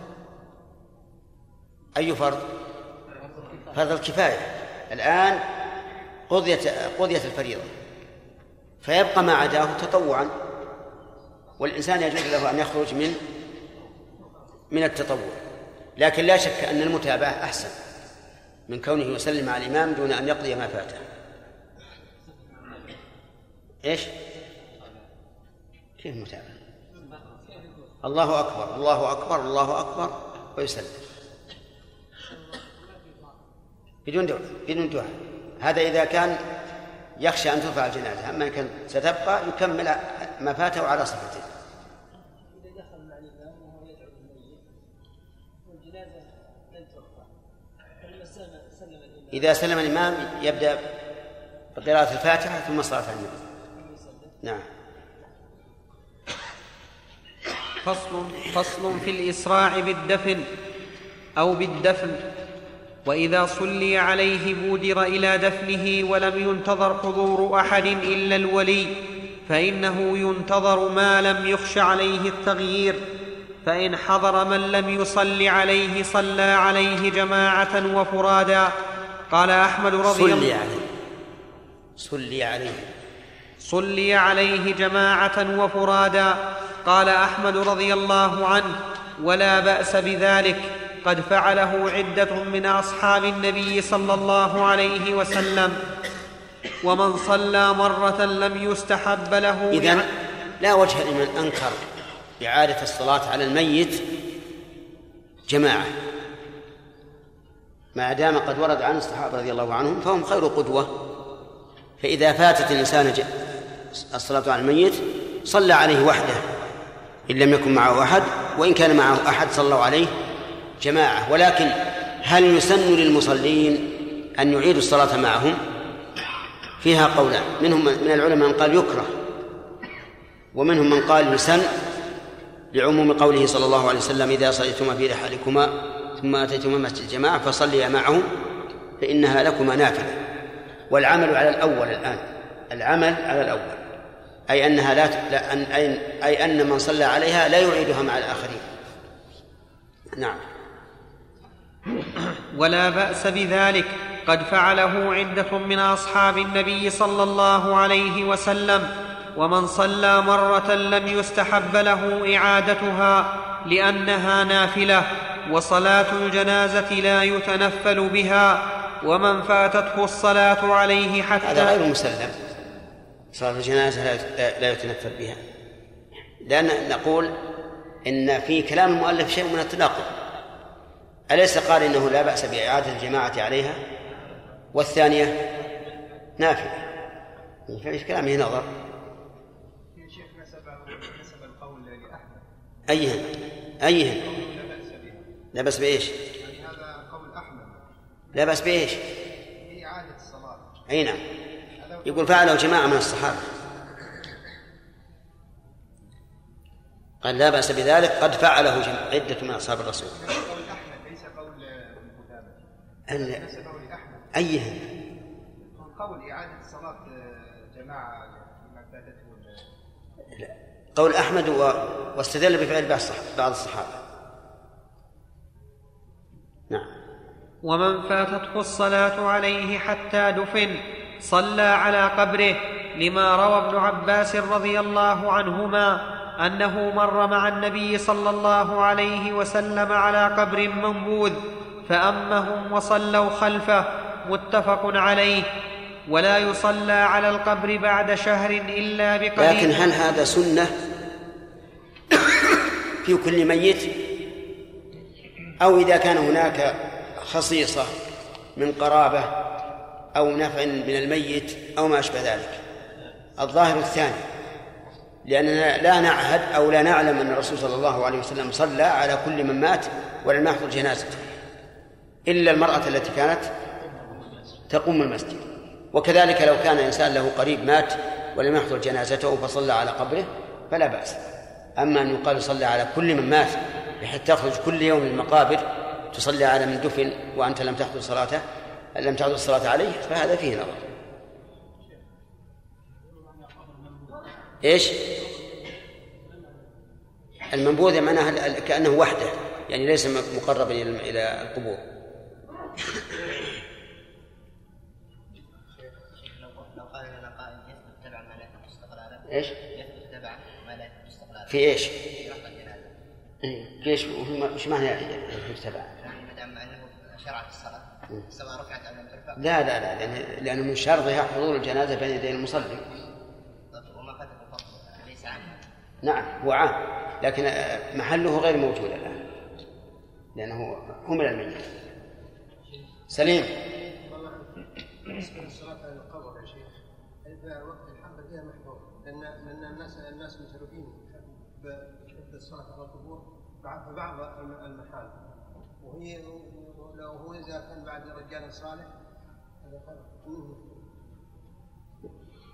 أي فرض؟ فرض الكفاية. الآن قضيت قضيت الفريضة، فيبقى ما عداه تطوعا، والإنسان يجوز له أن يخرج من من التطوع. لكن لا شك أن المتابعة أحسن من كونه يسلم مع الإمام دون أن يقضي ما فاته. إيش؟ كيف متابعة؟ الله أكبر الله أكبر الله أكبر ويسلم بدون دعاء بدون دعاء. هذا إذا كان يخشى أن ترفع الجنازة. أما كان ستبقى يكمل ما فاته على صفته. إذا دخل مع الإمام وهو يدعو الميت والجنازة لن ترفع، فلما سلم الإمام إذا سلم الإمام يبدأ بقراءة الفاتحة ثم الصلاة على النبي. نعم. فصل فصل في الإسراع بالدفن أو بالدفن. وإذا صلي عليه بودر إلى دفنه ولم ينتظر حضور أحد إلا الولي، فإنه ينتظر ما لم يخش عليه التغيير، فإن حضر من لم يصل عليه صلى عليه جماعة وفرادا. قال أحمد رضي الله صلي عليه صلي عليه صلي عليه جماعة وفرادا. قال أحمد رضي الله عنه: ولا بأس بذلك، قد فعله عدة من أصحاب النبي صلى الله عليه وسلم. ومن صلى مرة لم يستحب له. إذن لا وجه لمن أنكر إعادة الصلاة على الميت جماعة، ما دام قد ورد عن الصحابة رضي الله عنهم فهم خير قدوة. فإذا فاتت الإنسان الصلاة على الميت صلى عليه وحده إن لم يكن معه أحد، وإن كان معه أحد صلوا عليه جماعة. ولكن هل يسن للمصلين أن يعيدوا الصلاة معهم؟ فيها قولان، منهم من العلماء من قال يكره، ومنهم من قال يسن لعموم قوله صلى الله عليه وسلم: إذا صليتما في رحالكما ثم أتيتما مسجد الجماعة فصليا معهم فإنها لكما نافلة. والعمل على الأول الآن، العمل على الأول أي أنها لا, لا أن أي أن من صلى عليها لا يعيدها مع الآخرين. نعم. ولا بأس بذلك، قد فعله عدة من أصحاب النبي صلى الله عليه وسلم. ومن صلى مرة لم يستحب له إعادتها لأنها نافلة، وصلاة الجنازة لا يتنفل بها. ومن فاتته الصلاة عليه حتى هذا غير مسلم، صلاة الجنازة لا يتنفل بها، لأن نقول إن في كلام المؤلف شيء من التناقض. أليس قال إنه لا بأس بإعادة الجماعة عليها والثانية نافلة؟ في كلامه نظر. أيهن أيهن لا بأس بإيش؟ هذا قول أحمد. لا بأس بإيش؟ إعادة الصلاة. أي نعم، يقول فعله جماعة من الصحابة. قال لا بأس بذلك، قد فعله عدة من أصحاب الرسول. قول أحمد ليس قول المتابعة. نسبه لأحمد. أيهن؟ قول إعادة الصلاة جماعة فيما فاتته. قول أحمد واستدل بفعل بعض الصحابة. نعم. ومن فاتته الصلاة عليه حتى دفن صلى على قبره، لما روى ابن عباس رضي الله عنهما أنه مر مع النبي صلى الله عليه وسلم على قبر منبوذ فأمهم وصلوا خلفه، متفق عليه. ولا يصلى على القبر بعد شهر إلا بقليل. لكن هل هذا سنة في كل ميت، أو إذا كان هناك خصيصة من قرابة أو نفع من الميت أو ما أشبه ذلك؟ الظاهر الثاني، لأننا لا نعهد أو لا نعلم أن الرسول صلى الله عليه وسلم صلى على كل من مات ولم يحضر جنازته إلا المرأة التي كانت تقوم المسجد. وكذلك لو كان إنسان له قريب مات ولم يحضر جنازته فصلى على قبره فلا بأس. أما أن يقال صلى على كل من مات بحيث تخرج كل يوم المقابر تصلي على من دفن وأنت لم تحضر صلاته لم تحضر الصلاة عليه، فهذا فيه نظر. إيش المنبوذ؟ معناها كأنه وحده، يعني ليس مقربا إلى القبور. لو قال لنا قائل يثبت تبع ما لا يثبت استقلالا. إيش؟ يثبت تبع ما لا يثبت استقلالا. في إيش؟ في رفع الجنازة. ليش وش معنى يثبت تبع؟ يعني ما دام أنه شرعت الصلاة سواء رفعت أو لم ترفع. لا لا لا لأن لأنه من شرطها حضور الجنازة بين يدي المصلي. وما فاتك الفضل ليس عام. نعم هو عام، لكن محله غير موجود الآن لأنه همل الميت. سليم. بالنسبة للصلاة على القبر يا شيخ، إذا وقت الحمد فيها محظور، لأن لأن الناس الناس مشرفين بالصلاة على القبور في بعض المحال، وهي لو هو إذا كان بعد رجال صالح هذا خير.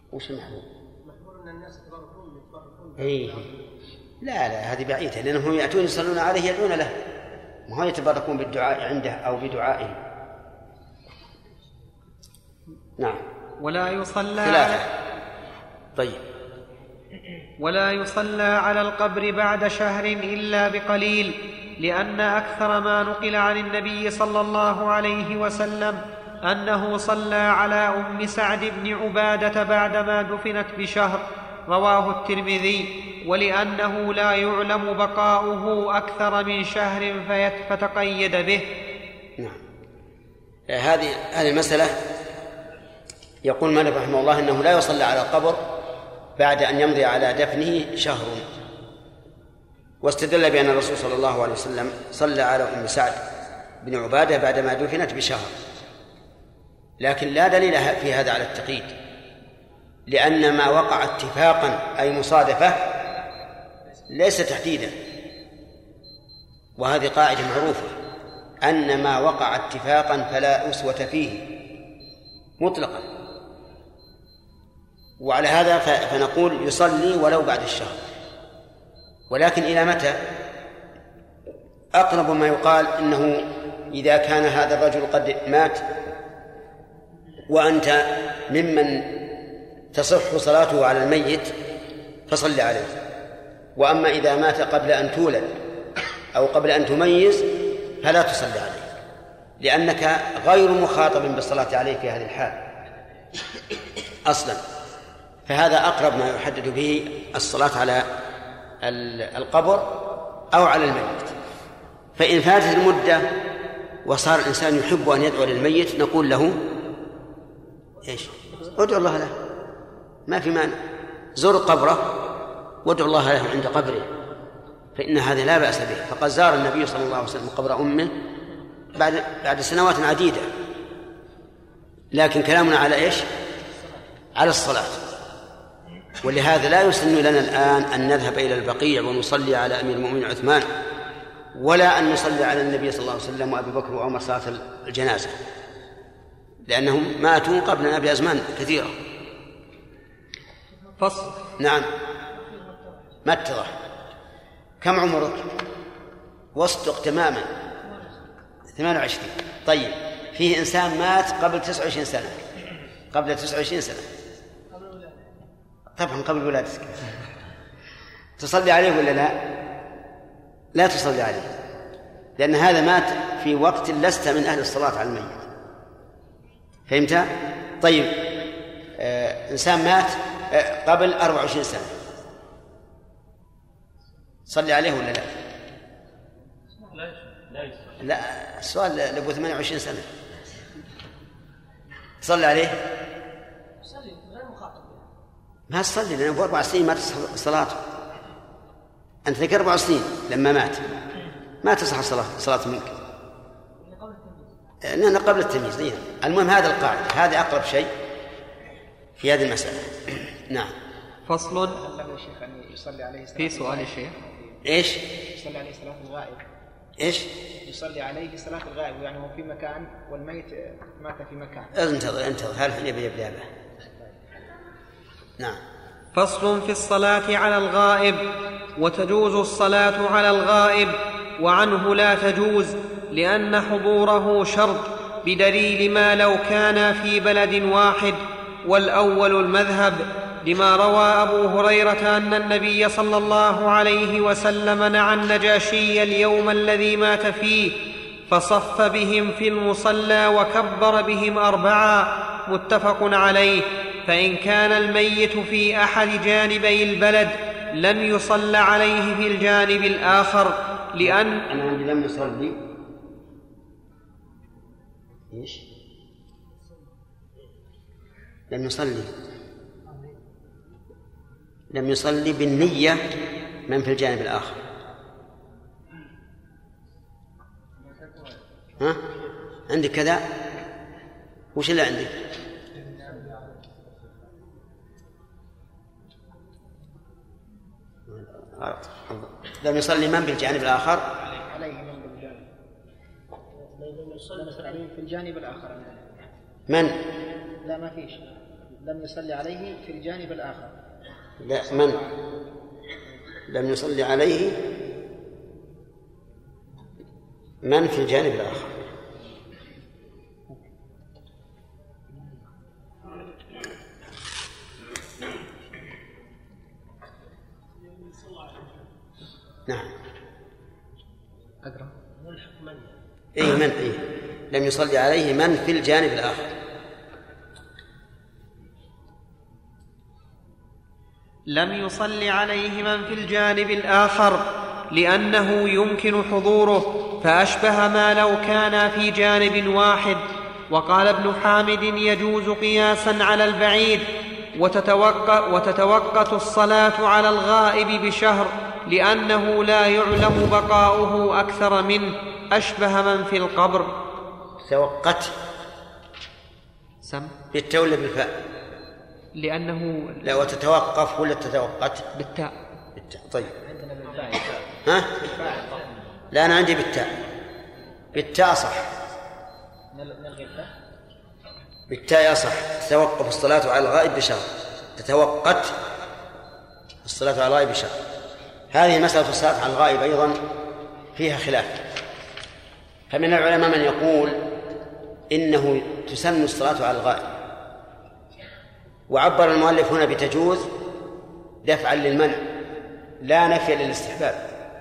وش المحظور؟ محظور أن الناس يتبركون يتبركون. إيه لا لا هذه بعيدة، لأنهم يأتون يصلون عليه يدعون له، ما هو يتبركون بالدعاء عنده أو بدعائه. نعم. ولا يصلى ثلاثة. طيب. ولا يصلى على القبر بعد شهر إلا بقليل، لأن أكثر ما نقل عن النبي صلى الله عليه وسلم أنه صلى على أم سعد بن عبادة بعدما دفنت بشهر، رواه الترمذي، ولأنه لا يعلم بقاؤه أكثر من شهر فتقيد به. نعم. هذه هذه المسألة يقول مالك رحمه الله إنه لا يصلى على القبر بعد أن يمضي على دفنه شهر، واستدل بأن الرسول صلى الله عليه وسلم صلى على أم سعد بن عبادة بعدما دفنت بشهر، لكن لا دليل في هذا على التقييد، لأن ما وقع اتفاقا أي مصادفة ليس تحديدا، وهذه قاعدة معروفة أن ما وقع اتفاقا فلا أسوة فيه مطلقا، وعلى هذا فنقول يصلي ولو بعد الشهر. ولكن إلى متى؟ أقرب ما يقال إنه إذا كان هذا الرجل قد مات وأنت ممن تصح صلاته على الميت فصل عليه، وأما إذا مات قبل أن تولد أو قبل أن تميز فلا تصلي عليه، لأنك غير مخاطب بالصلاة عليه في هذه الحال أصلا. فهذا أقرب ما يحدد به الصلاة على القبر أو على الميت. فإن فاتت المدة وصار الإنسان يحب أن يدعو للميت نقول له إيش؟ ادعو الله له، ما في مانع، زور قبره وادعو الله له عند قبره، فإن هذا لا بأس به. فقد زار النبي صلى الله عليه وسلم قبر أمه بعد بعد سنوات عديدة، لكن كلامنا على إيش؟ على الصلاة. ولهذا لا يسن لنا الآن أن نذهب إلى البقيع ونصلي على أمير المؤمنين عثمان، ولا أن نصلي على النبي صلى الله عليه وسلم وأبي بكر وعمر صلاة الجنازة، لأنهم ماتوا قبلنا بأزمان كثيرة. فصل. نعم. ما اتضح. كم عمرك؟ واصدق تماما. ثمانية وعشرين. طيب، فيه إنسان مات قبل تسعة وعشرين سنة، قبل تسعة وعشرين سنة، طبعا قبل ولادتك، تصلي عليه ولا لا؟ لا تصلي عليه، لأن هذا مات في وقت لست من أهل الصلاة على الميت. فهمت؟ طيب، آه إنسان مات آه قبل أربع وعشرين سنة، صلي عليه ولا لا؟ لا، السؤال لأبو ثمانية وعشرين سنة صلي عليه؟ ما تصلي، لأنه أبو أربع سنين ما تصح صلاته. أنت ذكر أربع سنين لما مات ما تصح صلاة صلاة منك، لأن قبل التمييز. دين. المهم هذا القاعدة، هذا أقرب شيء في هذه المسألة. نعم. فصل. الله يا شيخ أن يصلي عليه في سؤال الشيخ إيش؟ يصلي عليه صلاة الغائب. إيش؟ يصلي عليه صلاة الغائب، يعني هو في مكان والميت مات في مكان. انتظر انتظر هل يبي يبي نعم. فصل في الصلاة على الغائب. وتجوز الصلاة على الغائب، وعنه لا تجوز، لأن حضوره شرط بدليل ما لو كان في بلد واحد، والأول المذهب، لما روى أبو هريرة أن النبي صلى الله عليه وسلم نعى النجاشي اليوم الذي مات فيه فصف بهم في المصلى وكبر بهم أربعا، متفق عليه. فإن كان الميت في أحد جانبي البلد لم يصل عليه في الجانب الآخر، لأن أنا عندي لم يصلي إيش؟ لم يصلي لم يصلي بالنية من في الجانب الآخر. ها؟ عندك كذا؟ وش اللي عندك؟ لم يصلي من بالجانب الآخر؟ عليه من بالجانب. لم يصلي في الجانب الآخر. من؟ لا ما فيش. لم يصلي عليه في الجانب الآخر. لا، من لم يصلي عليه من في الجانب الآخر. نعم. أقرأ. إيه من إيه لم يصلي عليه من في الجانب الآخر. لم يصلي عليه من في الجانب الآخر لأنه يمكن حضوره، فأشبه ما لو كان في جانب واحد. وقال ابن حامد: يجوز قياسا على البعيد، وتتوقت, وتتوقت الصلاة على الغائب بشهر، لأنه لا يعلم بقاؤه أكثر منه، أشبه من في القبر. توقت سم بالتاء ولا بالفاء؟ لأنه لا، وتتوقف ولا تتوقت؟ بالتاء. بالتاء. طيب. ها؟ لا، أنا عندي بالتاء. بالتاء صح. بالتاء يصح. تتوقف الصلاة على الغائب بشهر. تتوقت الصلاة على الغائب بشهر. هذه مسألة الصلاة على الغائب أيضا فيها خلاف. فمن العلماء من يقول إنه تسن الصلاة على الغائب، وعبر المؤلف هنا بتجوز دفعا للمنع لا نفي للاستحباب.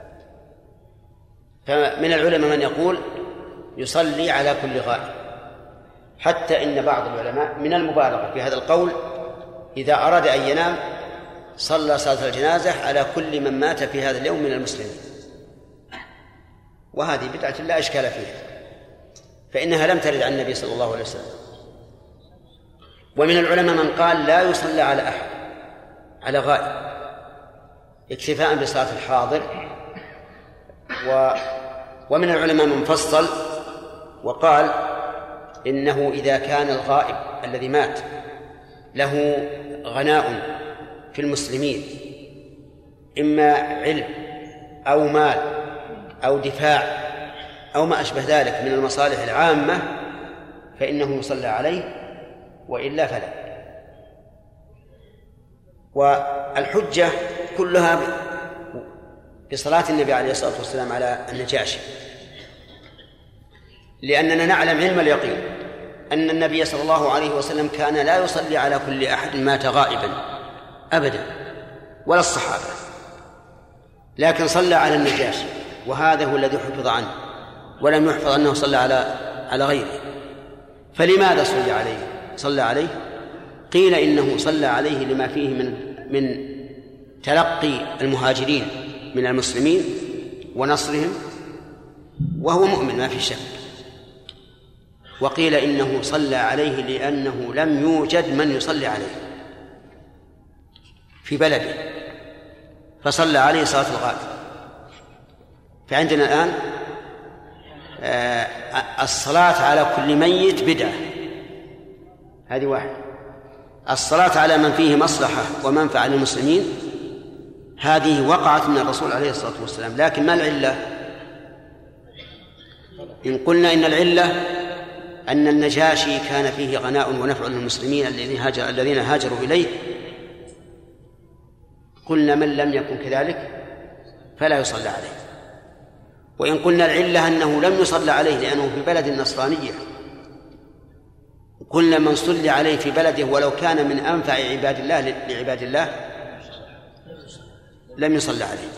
فمن العلماء من يقول يصلي على كل غائب، حتى إن بعض العلماء من المبالغة في هذا القول إذا أراد أن ينام صلى صلاة الجنازة على كل من مات في هذا اليوم من المسلمين، وهذه بدعة لا إشكال فيها، فإنها لم ترد عن النبي صلى الله عليه وسلم. ومن العلماء من قال لا يصلى على أحد على غائب اكتفاء بصلاة الحاضر. و ومن العلماء من فصل وقال إنه إذا كان الغائب الذي مات له غناء في المسلمين، إما علم أو مال أو دفاع أو ما أشبه ذلك من المصالح العامة، فإنه يصلى عليه، وإلا فلا. والحجة كلها بصلاة النبي عليه الصلاة والسلام على النجاشي، لأننا نعلم علم اليقين أن النبي صلى الله عليه وسلم كان لا يصلي على كل أحد مات غائبا أبدا، ولا الصحابة، لكن صلى على النجاشي، وهذا هو الذي حفظ عنه، ولم يحفظ أنه صلى على على غيره. فلماذا صلى عليه؟ صلى عليه قيل إنه صلى عليه لما فيه من من تلقي المهاجرين من المسلمين ونصرهم، وهو مؤمن ما في شك. وقيل إنه صلى عليه لأنه لم يوجد من يصلي عليه في بلده، فصلى عليه صلاة الغائب. فعندنا الآن الصلاة على كل ميت بدعة، هذه واحد. الصلاة على من فيه مصلحة ومنفعة للمسلمين هذه وقعت من الرسول عليه الصلاة والسلام. لكن ما العلة؟ إن قلنا إن العلة أن النجاشي كان فيه غناء ونفع للمسلمين الذين هاجر الذين هاجروا إليه، قلنا من لم يكن كذلك فلا يصلى عليه. وإن قلنا العلة أنه لم يصلى عليه لأنه في بلد النصرانية، قلنا من صلى عليه في بلده ولو كان من أنفع عباد الله لعباد الله لم يصلى عليه.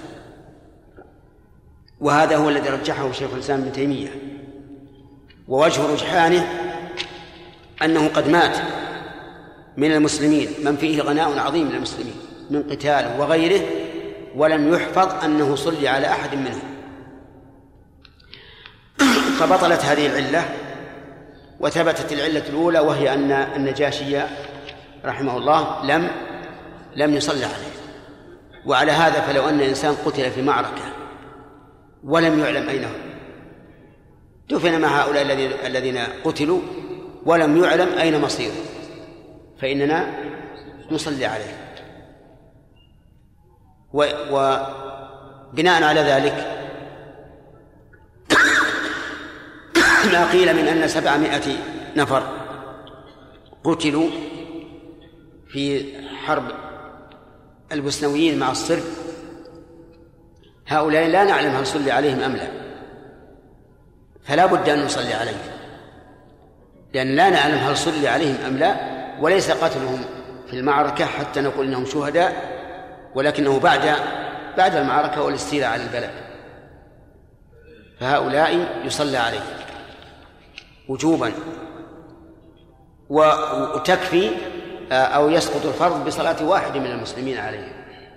وهذا هو الذي رجحه شيخ الإسلام ابن تيمية. ووجه رجحانه أنه قد مات من المسلمين من فيه غناء عظيم من المسلمين من قتال وغيره، ولم يحفظ أنه صلي على أحد منهم، فبطلت هذه العلة وثبتت العلة الأولى، وهي أن النجاشي رحمه الله لم لم يصلي عليه. وعلى هذا فلو أن إنسان قتل في معركة ولم يعلم أين هو، دفن مع هؤلاء الذين قتلوا ولم يعلم أين مصيره، فإننا نصلي عليه. وبناء على ذلك ما قيل من أن سبعمائة نفر قتلوا في حرب البوسنويين مع الصرب، هؤلاء لا نعلم هل صلي عليهم أم لا، فلا بد أن نصلي عليهم، لأن لا نعلم هل صلي عليهم أم لا، وليس قتلهم في المعركة حتى نقول إنهم شهداء، ولكنه بعد بعد المعركة والاستيلاء على البلد، فهؤلاء يصلى عليهم وجوبا، وتكفي أو يسقط الفرض بصلاة واحد من المسلمين عليهم.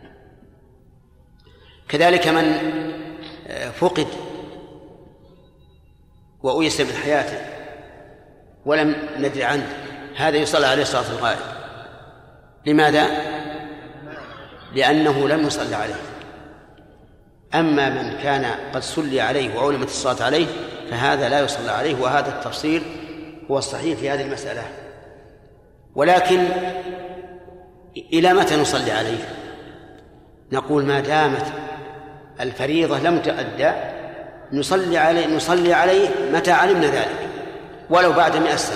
كذلك من فقد وأيس من حياته ولم ندري عنه، هذا يصلى عليه صلاة الغائب. لماذا؟ لأنه لم يصلى عليه. أما من كان قد صلي عليه وعلمت الصلاة عليه فهذا لا يصلى عليه، وهذا التفصيل هو الصحيح في هذه المسألة. ولكن إلى متى نصلي عليه؟ نقول ما دامت الفريضة لم تؤدى نصلي عليه نصلي عليه متى علمنا ذلك، ولو بعد مئة سنة.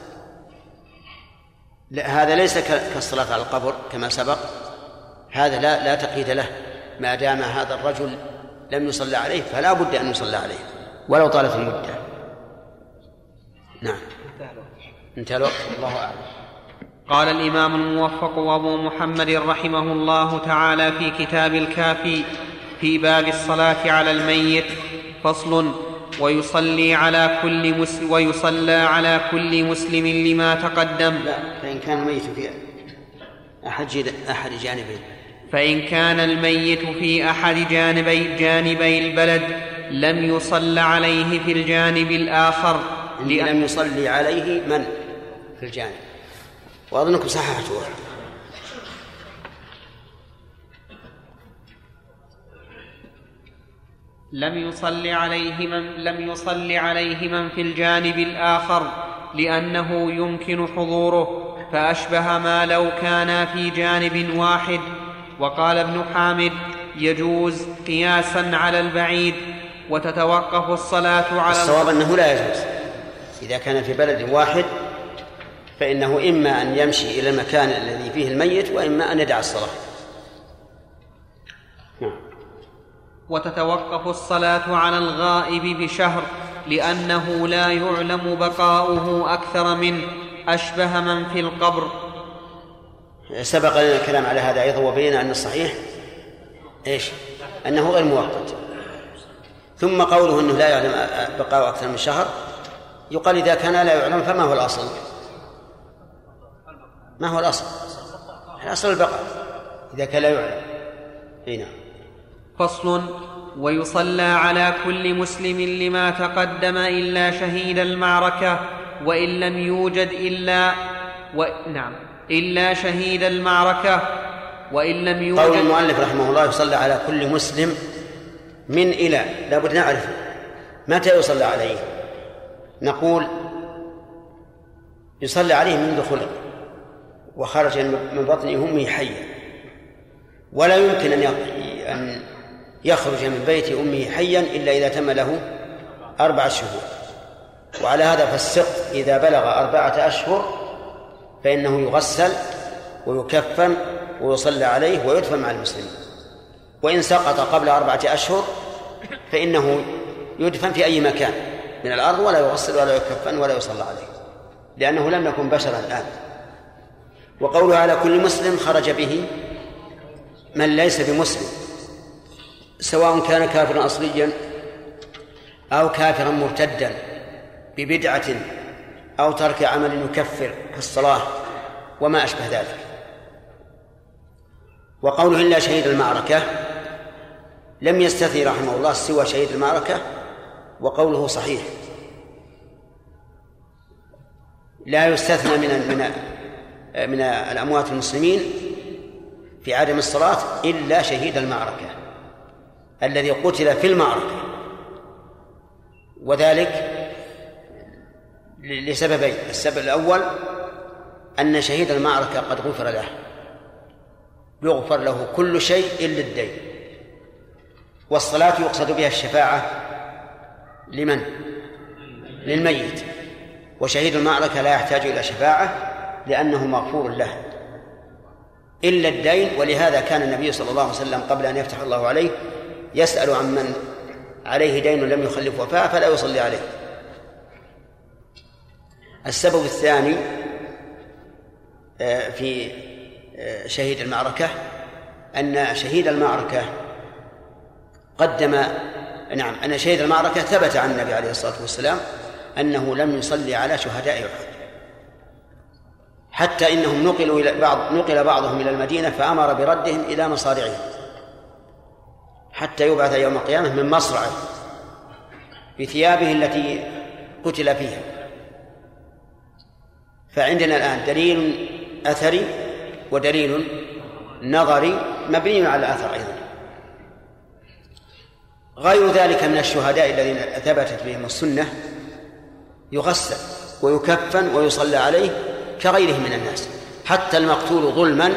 هذا ليس كالصلاة على القبر كما سبق، هذا لا لا تقييد له، ما دام هذا الرجل لم يصلى عليه فلا بد أن يصلى عليه ولو طالت المدة. نعم، انتهى الوقت، الله أعلم. قال الإمام الموفق أبو محمد رحمه الله تعالى في كتاب الكافي في باب الصلاة على الميت: فصل: ويصلي على كل مسلم ويصلى على كل مسلم لما تقدم. لا، فإن كان الميت في أحد أحد جانبين فإن كان الميت في أحد جانبي جانبي البلد لم يصلى عليه في الجانب الآخر. لم يصلي عليه من في الجانب، وأظنكم صححتوها. لم يصلي عليه من لم يصلي عليه من في الجانب الآخر لأنه يمكن حضوره، فأشبه ما لو كان في جانب واحد. وقال ابن حامد: يجوز قياسا على البعيد، وتتوقف الصلاة على الصواب أنه لا يجوز. إذا كان في بلد واحد فإنه إما أن يمشي إلى المكان الذي فيه الميت، وإما أن يدع الصلاة. نعم. وتتوقف الصلاة على الغائب بشهر لأنه لا يعلم بقاؤه أكثر منه، أشبه من في القبر. سبق لنا الكلام على هذا أيضا، وبينا أن الصحيح إيش؟ أنه غير مؤقت. ثم قوله أنه لا يعلم بقاؤه أكثر من شهر، يقال إذا كان لا يعلم فما هو الأصل؟ ما هو الأصل؟ الأصل البقاء إذا كان لا يعلم. هنا فصل: ويصلى على كل مسلم لما تقدم إلا شهيد المعركة، وإن لم يوجد إلا و... نعم إلا شهيد المعركة وإن لم يوجد. قول المؤلف رحمه الله يصلى على كل مسلم من إلى، لابد نعرف متى يصلى عليه. نقول يصلى عليه منذ خلق وخرج من بطن أمه حيا، ولا يمكن أن يخرج من بيت أمه حيا إلا إذا تم له أربعة شهور. وعلى هذا فالسقط إذا بلغ أربعة أشهر فإنه يغسل ويكفن ويصلى عليه ويدفن مع المسلمين. وإن سقط قبل أربعة أشهر فإنه يدفن في أي مكان من الأرض، ولا يغسل ولا يكفن ولا يصلى عليه، لأنه لم يكن بشرا الآن. وقوله على كل مسلم خرج به من ليس بمسلم، سواء كان كافرا أصليا أو كافرا مرتدا ببدعة أو ترك عمل يكفر كالصلاة وما أشبه ذلك. وقوله إلا شهيد المعركة لم يستثني رحمه الله سوى شهيد المعركة، وقوله صحيح، لا يستثنى من من من الأموات المسلمين في عدم الصلاة إلا شهيد المعركة الذي قتل في المعركة، وذلك لسببين: السبب الأول أن شهيد المعركة قد غفر له، يغفر له كل شيء إلا الدين. والصلاة يقصد بها الشفاعة لمن؟ للميت. وشهيد المعركة لا يحتاج إلى شفاعة لأنه مغفور له، إلا الدين. ولهذا كان النبي صلى الله عليه وسلم قبل أن يفتح الله عليه يسأل عن من عليه دين لم يخلف وفاء فلا يصلي عليه. السبب الثاني في شهيد المعركة أن شهيد المعركة قدم نعم أن شهيد المعركة ثبت عن النبي عليه الصلاة والسلام أنه لم يصلي على شهداء أحد، حتى إنهم نقلوا إلى بعض نقل بعضهم إلى المدينة فأمر بردهم إلى مصارعهم حتى يبعث يوم القيامة من مصرعه بثيابه التي قتل فيها. فعندنا الآن دليل أثري ودليل نظري مبني على الأثر أيضا. غير ذلك من الشهداء الذين ثبتت بهم السنة يغسل ويكفن ويصلى عليه كغيره من الناس، حتى المقتول ظلما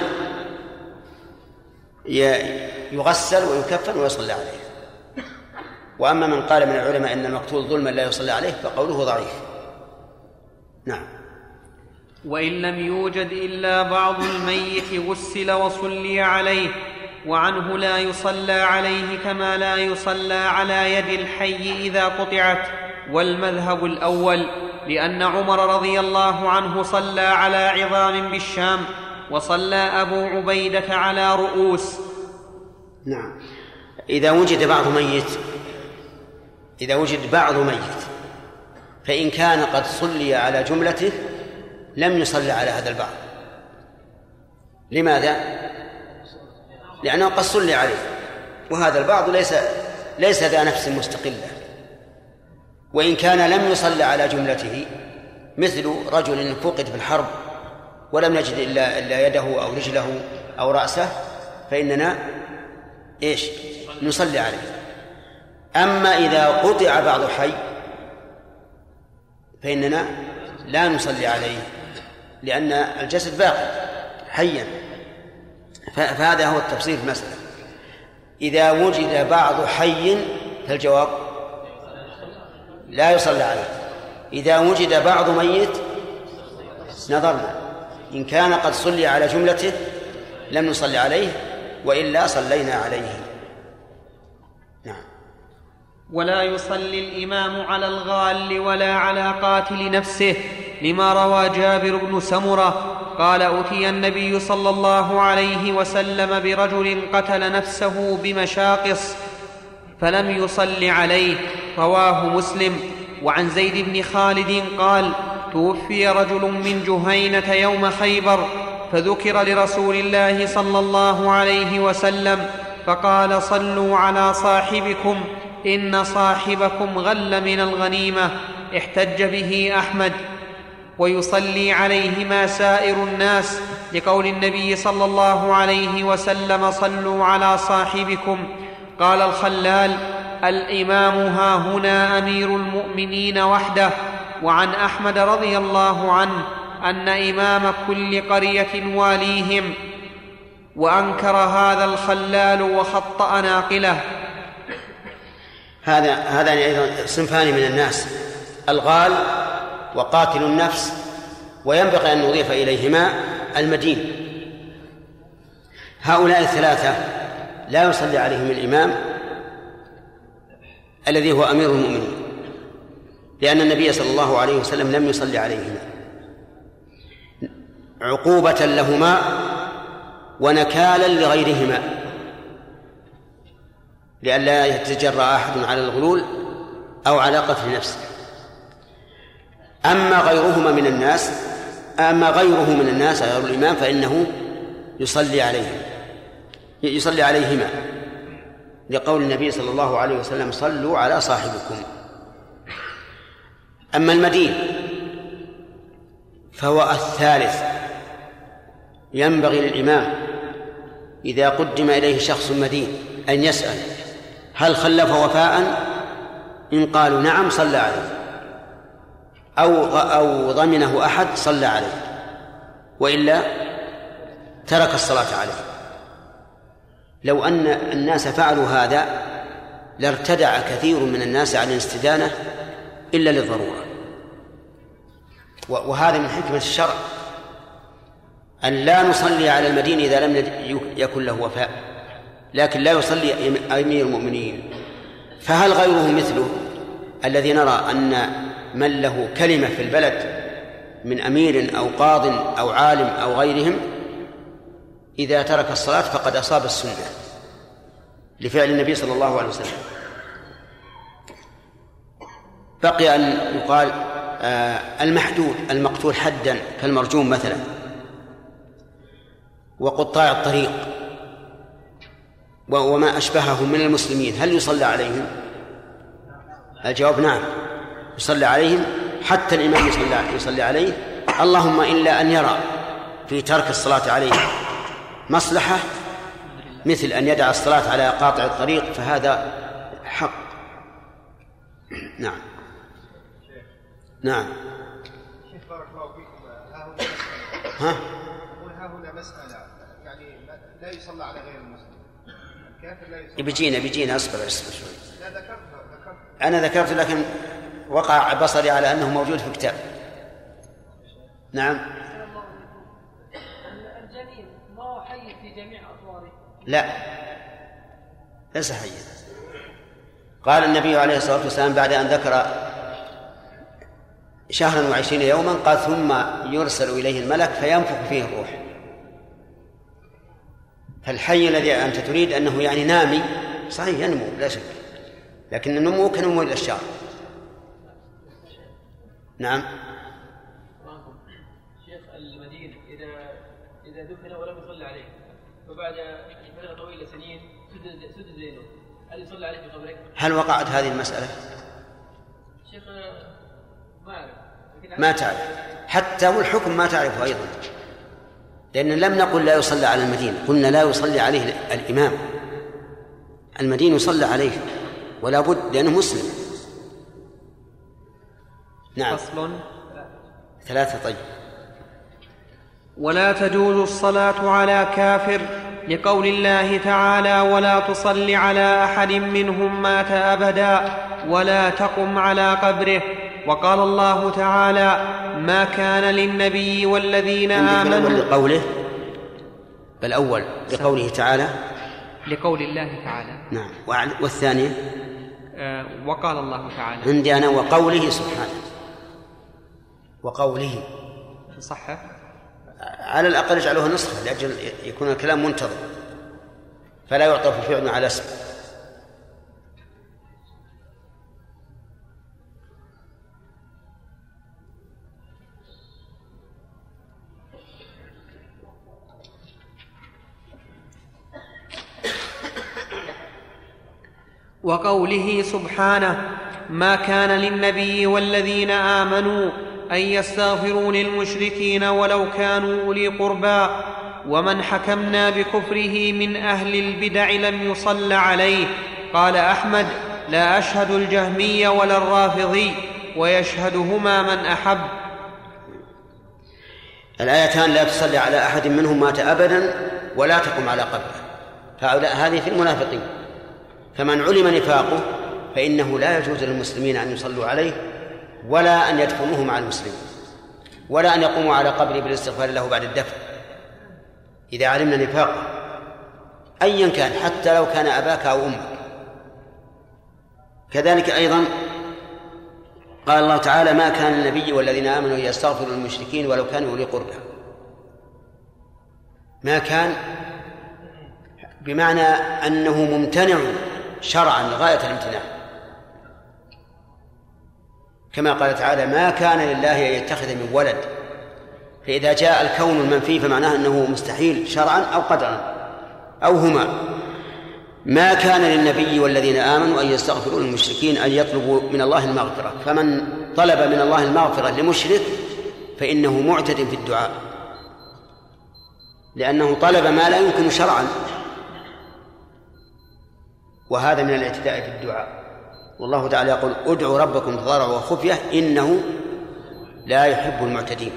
يغسل ويكفن ويصلى عليه. وأما من قال من العلماء أن المقتول ظلما لا يصلى عليه فقوله ضعيف. نعم. وإن لم يوجد إلا بعض الميت غسل وصلي عليه، وعنه لا يصلى عليه كما لا يصلى على يد الحي إذا قطعت. والمذهب الأول لأن عمر رضي الله عنه صلى على عظام بالشام، وصلى أبو عبيدة على رؤوس. نعم. إذا وجد بعض ميت إذا وجد بعض ميت فإن كان قد صلي على جملته لم يصلى على هذا البعض. لماذا؟ لأنه قد صلي عليه، وهذا البعض ليس ليس ذا نفس مستقلة. وإن كان لم يصلى على جملته مثل رجل فقد في الحرب ولم نجد إلا, إلا يده أو رجله أو رأسه فإننا إيش؟ نصلي عليه. أما إذا قطع بعض حي فإننا لا نصلي عليه، لأن الجسد باقي حيا. فهذا هو التفصيل في المسألة. إذا وجد بعض حي فالجواب لا يصلى عليه. إذا وجد بعض ميت نظرنا، إن كان قد صلي على جملته لم نصلي عليه، وإلا صلينا عليه. نعم. ولا يصلي الإمام على الغال ولا على قاتل نفسه، لما روى جابر بن سمرة قال: أتي النبي صلى الله عليه وسلم برجل قتل نفسه بمشاقص فلم يصل عليه، رواه مسلم. وعن زيد بن خالد قال: توفي رجل من جهينة يوم خيبر، فذكر لرسول الله صلى الله عليه وسلم فقال: صلوا على صاحبكم إن صاحبكم غل من الغنيمة. احتج به أحمد. ويصلي عليهما سائر الناس، لقول النبي صلى الله عليه وسلم: صلوا على صاحبكم. قال الخلال: الإمام ها هنا أمير المؤمنين وحده. وعن أحمد رضي الله عنه أن إمام كل قرية واليهم. وأنكر هذا الخلال وخطأ ناقله. هذا هذا أيضا صنفان من الناس: الغال وقاتل النفس، وينبغي أن نضيف إليهما المدين. هؤلاء الثلاثة لا يصلي عليهم الإمام الذي هو أمير المؤمنين، لأن النبي صلى الله عليه وسلم لم يصلي عليهما عقوبة لهما ونكالا لغيرهما، لئلا يتجرأ أحد على الغلول أو على قتل نفسه. أما غيرهما من الناس أما غيره من الناس غير الإمام فإنه يصلي عليهم يصلي عليهما، لقول النبي صلى الله عليه وسلم: صلوا على صاحبكم. أما المدين فهو الثالث. ينبغي للإمام إذا قدم إليه شخص مدين أن يسأل: هل خلف وفاء؟ إن قالوا نعم صلى عليه، أو أو ضمنه أحد صلى عليه، وإلا ترك الصلاة عليه. لو أن الناس فعلوا هذا لارتدع كثير من الناس عن الاستدانة إلا للضرورة. وهذا من حكمة الشرع أن لا نصلي على المدين إذا لم يكن له وفاء، لكن لا يصلي أمير المؤمنين. فهل غيره مثله الذي نرى أن من له كلمة في البلد من أمير أو قاض أو عالم أو غيرهم إذا ترك الصلاة فقد أصاب السنة لفعل النبي صلى الله عليه وسلم؟ بقي أن يقال آه المحدود المقتول حدا كالمرجوم مثلا، وقطاع الطريق وما أشبههم من المسلمين، هل يصلى عليهم؟ الجواب نعم، يصلى عليهم حتى الإمام يصلى, يصلي عليه، اللهم إلا أن يرى في ترك الصلاة عليه مصلحة مثل أن يدع الصلاة على قاطع الطريق فهذا حق. نعم نعم. شيخ بارك الله فيكم، ها هنا ها يقول ها هنا مسألة يعني لا يصلى على غير المسلم، الكافر لا يصلى. بيجينا بيجينا اصبر اصبر شوي. لا ذكرت ذكرت أنا ذكرت لكن وقع بصري على أنه موجود في كتاب. نعم. الجنين ما هو حي في جميع أطواره؟ لا ليس حيا. قال النبي عليه الصلاة والسلام بعد أن ذكر شهرا وعشرين يوما قال ثم يرسل إليه الملك فينفخ فيه الروح. فالحي الذي أنت تريد أنه يعني نامي صحيح ينمو لا شك، لكن النمو كنمو الأشجار. نعم. شيخ المدينة إذا إذا دفن ولم يصلى عليه فبعد فترة طويلة سنين سد زينه، هل يصلى عليه في قبره؟ هل وقعت هذه المسألة؟ شيخ ما أعرف. ما تعرف حتى والحكم ما تعرفه أيضا، لأن لم نقل لا يصلى على المدين، قلنا لا يصلي عليه الإمام. المدين يصلى عليه ولا بد لأنه مسلم. نعم. فصل ثلاثة. طيب. ولا تجوز الصلاة على كافر لقول الله تعالى ولا تصل على أحد منهم مات أبدا ولا تقم على قبره. وقال الله تعالى ما كان للنبي والذين آمنوا لقوله بل أول لقوله تعالى لقول الله تعالى. نعم. والثانية آه وقال الله تعالى. عندي أنا وقوله سبحانه. وقوله صح على الأقل اجعله نسخة لأجل يكون الكلام منتظم فلا يعطف فعل على اسم. وقوله سبحانه ما كان للنبي والذين آمنوا أن يستغفروا للمشركين ولو كانوا أولي قربى ومن حكمنا بكفره من أهل البدع لم يصل عليه. قال أحمد لا أشهد الجهمي ولا الرافضي ويشهدهما من أحب. الآيتان لا تصلي على أحد منهم مات أبدا ولا تقم على قبره، فهؤلاء هذه في المنافقين. فمن علم نفاقه فإنه لا يجوز للمسلمين أن يصلوا عليه ولا أن يدفنوه مع المسلمين ولا أن يقوموا على قبره بالاستغفار له بعد الدفن إذا علمنا نفاقه أيا كان حتى لو كان أباك أو أمك. كذلك أيضا قال الله تعالى ما كان النبي والذين آمنوا يستغفروا للمشركين ولو كانوا أولي قربى. ما كان بمعنى أنه ممتنع شرعا لغاية الامتناع، كما قال تعالى ما كان لله أن يتخذ من ولد، فإذا جاء الكون المنفي فمعناه أنه مستحيل شرعا أو قدرا أو هما. ما كان للنبي والذين آمنوا أن يستغفروا للمشركين أن يطلبوا من الله المغفرة، فمن طلب من الله المغفرة لمشرك فإنه معتد في الدعاء لأنه طلب ما لا يمكن شرعا، وهذا من الاعتداء في الدعاء. والله تعالى يقول ادعوا ربكم تضرعا وخفية إنه لا يحب المعتدين.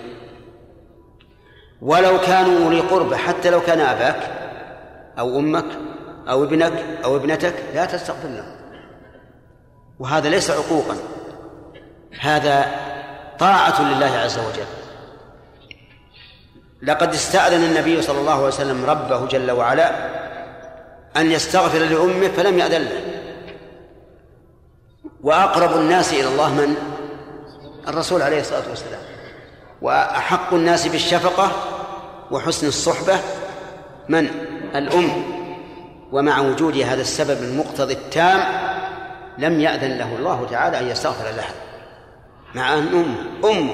ولو كانوا أولي قربى حتى لو كان أباك أو أمك أو ابنك أو ابنتك لا تستغفر لهم، وهذا ليس عقوقا، هذا طاعة لله عز وجل. لقد استأذن النبي صلى الله عليه وسلم ربه جل وعلا أن يستغفر لأمه فلم يأذن له. وأقرب الناس إلى الله من؟ الرسول عليه الصلاة والسلام. وأحق الناس بالشفقة وحسن الصحبة من؟ الأم. ومع وجود هذا السبب المقتضي التام لم يأذن له الله تعالى أن يستغفر لها مع أن أم أم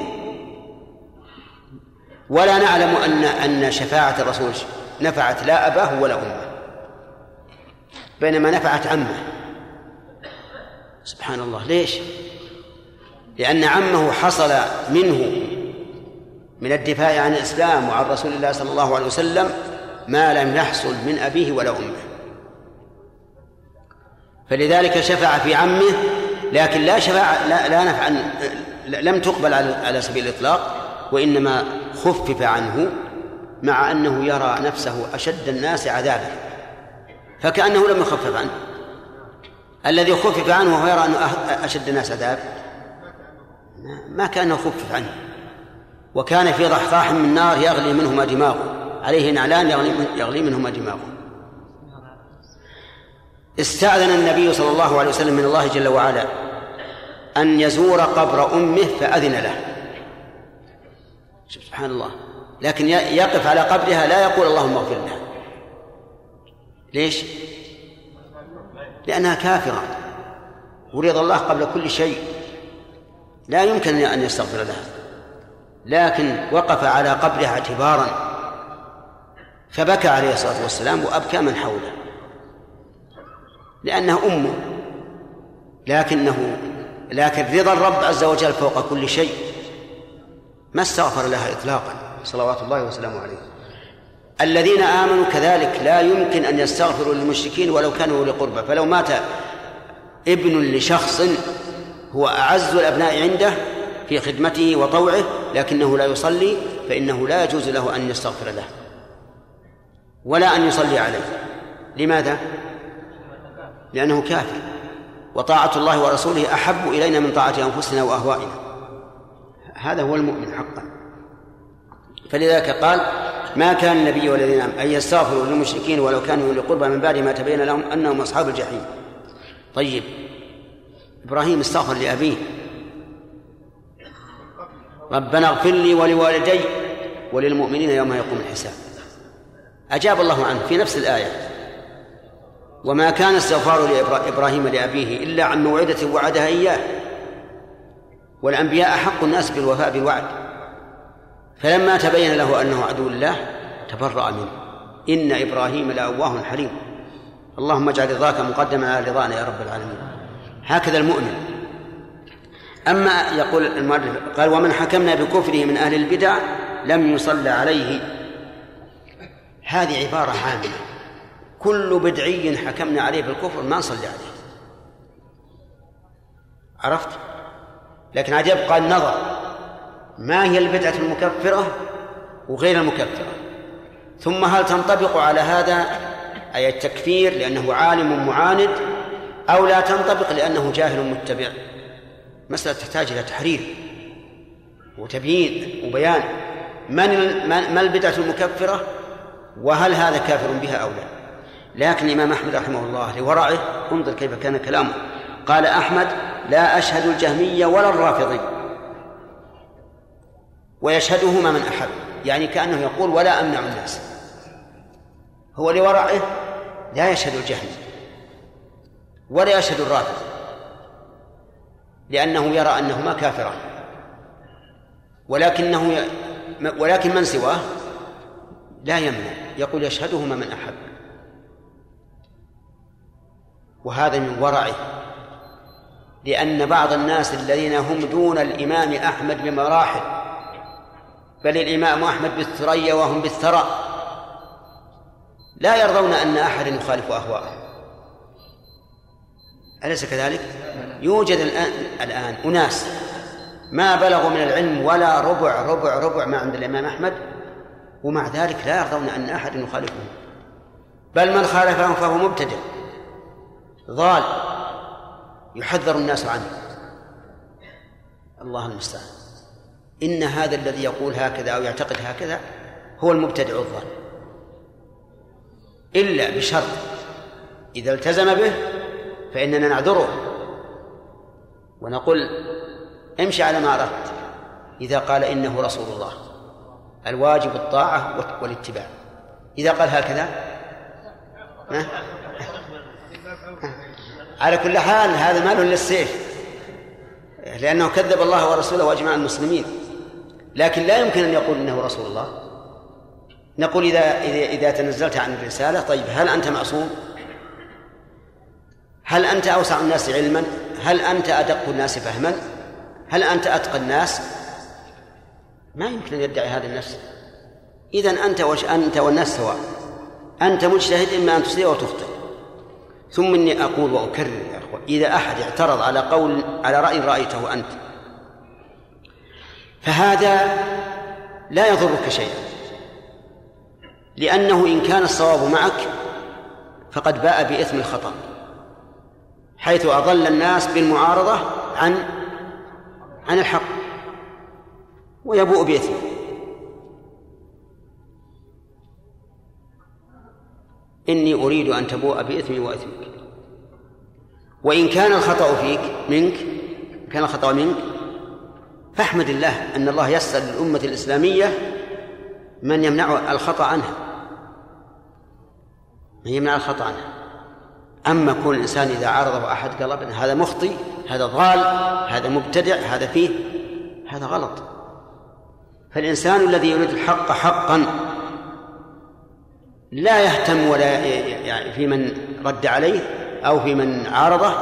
ولا نعلم أن أن شفاعة الرسول نفعت لا أباه ولا أمه، بينما نفعت عمه. سبحان الله. ليش؟ لأن عمه حصل منه من الدفاع عن الإسلام وعن رسول الله صلى الله عليه وسلم ما لم يحصل من أبيه ولا أمه، فلذلك شفع في عمه، لكن لا شفاعة لا, لا نفع لم تقبل على سبيل الإطلاق، وإنما خفف عنه مع أنه يرى نفسه أشد الناس عذابا، فكأنه لم يخفف عنه. الذي خفف عنه وهو يرى أنه أشد الناس عذاب ما كان خفف عنه، وكان في ضحضاح من نار يغلي منهما دماغه، عليه نعلان يغلي منهما دماغه. استأذن النبي صلى الله عليه وسلم من الله جل وعلا أن يزور قبر أمه فأذن له. سبحان الله. لكن يقف على قبرها لا يقول اللهم اغفر لها. ليش؟ لأنها كافرة ورضا الله قبل كل شيء، لا يمكن أن يستغفر لها، لكن وقف على قبرها اعتبارا، فبكى عليه الصلاة والسلام وأبكى من حوله لأنها أمه، لكنه لكن رضا الرب عز وجل فوق كل شيء، ما استغفر لها إطلاقا صلوات الله وسلامه عليه. الذين آمنوا كذلك لا يمكن أن يستغفروا للمشركين ولو كانوا أولي قربى، فلو مات ابن لشخص هو أعز الأبناء عنده في خدمته وطوعه لكنه لا يصلي، فإنه لا يجوز له أن يستغفر له ولا أن يصلي عليه. لماذا؟ لأنه كافر، وطاعة الله ورسوله أحب إلينا من طاعة أنفسنا وأهوائنا. هذا هو المؤمن حقا. فلذلك قال ما كان النبي والذين آمنوا أن يستغفروا للمشركين ولو كانوا أولي قربى من بعد ما تبين لهم أنهم أصحاب الجحيم. طيب، إبراهيم استغفر لأبيه ربنا اغفر لي ولوالدي وللمؤمنين يوم يقوم الحساب، أجاب الله عنه في نفس الآية. وما كان استغفار إبراهيم لأبيه إلا عن موعدة وعدها إياه، والأنبياء أحق الناس بالوفاء بالوعد، فلما تبين له أنه عدو الله تبرأ منه. إن إبراهيم لأواه حليم. اللهم اجعل رضاك مقدما على رضانا يا رب العالمين. هكذا المؤمن. أما يقول المؤلف قال ومن حكمنا بكفره من أهل البدع لم يصلى عليه، هذه عبارة عامة، كل بدعي حكمنا عليه بالكفر ما نصلي عليه. عرفت؟ لكن عاد يبقى النظر ما هي البدعة المكفرة وغير المكفرة، ثم هل تنطبق على هذا أي التكفير لأنه عالم معاند أو لا تنطبق لأنه جاهل متبع. مسألة تحتاج إلى تحرير وتبيين وبيان من ما البدعة المكفرة وهل هذا كافر بها أو لا. لكن الإمام أحمد رحمه الله لورعه انظر كيف كان كلامه. قال أحمد لا أشهد الجهمية ولا الرافضي، ويشهدهما من أحب، يعني كأنه يقول ولا أمنع الناس. هو لورعه لا يشهد الجهم ولا يشهد الرافض لأنه يرى أنهما كافران، ولكنه ي... ولكن من سواه لا يمنع، يقول يشهدهما من أحب. وهذا من ورعه، لأن بعض الناس الذين هم دون الإمام أحمد بمراحل، بل الإمام أحمد بالثريا وهم بالثرى، لا يرضون أن أحد يخالف أهواءهم. أليس كذلك؟ يوجد الآن, الآن أناس ما بلغوا من العلم ولا ربع ربع ربع ما عند الإمام أحمد، ومع ذلك لا يرضون أن أحد يخالفهم، بل من خالفهم فهو مبتدع ضال يحذر الناس عنه. الله المستعان. إن هذا الذي يقول هكذا أو يعتقد هكذا هو المبتدع الضال، إلا بشرط إذا التزم به فإننا نعذره ونقول امشي على ما أردت إذا قال إنه رسول الله، الواجب الطاعة والاتباع. إذا قال هكذا ها؟ على كل حال هذا مال للسيف، لأنه كذب الله ورسوله وأجمع المسلمين، لكن لا يمكن أن يقول إنه رسول الله. نقول إذا, إذا, إذا تنزلت عن الرسالة، طيب هل أنت معصوم؟ هل أنت أوسع الناس علما؟ هل أنت أدق الناس فهما؟ هل أنت أتقى الناس؟ ما يمكن أن يدعي هذا النفس. إذن أنت, وش أنت والناس سواء، أنت مجتهد إما أن تصيب أو تخطئ. ثم إني أقول وأكرر يا أخوة، إذا أحد اعترض على قول على رأي رأيته أنت فهذا لا يضرك شيئا، لأنه إن كان الصواب معك فقد باء بإثم الخطأ، حيث أضل الناس بالمعارضة عن عن الحق ويبوء بإثمه. إني أريد أن تبوء بإثمي وإثمك. وإن كان الخطأ فيك منك كان الخطأ منك فاحمد الله أن الله يسر للأمة الإسلامية من يمنع الخطأ عنها، من يمنع الخطأ عنها. أما كون الإنسان إذا عارضه أحد قال هذا مخطئ، هذا ضال، هذا مبتدع، هذا فيه، هذا غلط. فالإنسان الذي يريد الحق حقا لا يهتم ولا يعني في من رد عليه أو في من عارضه،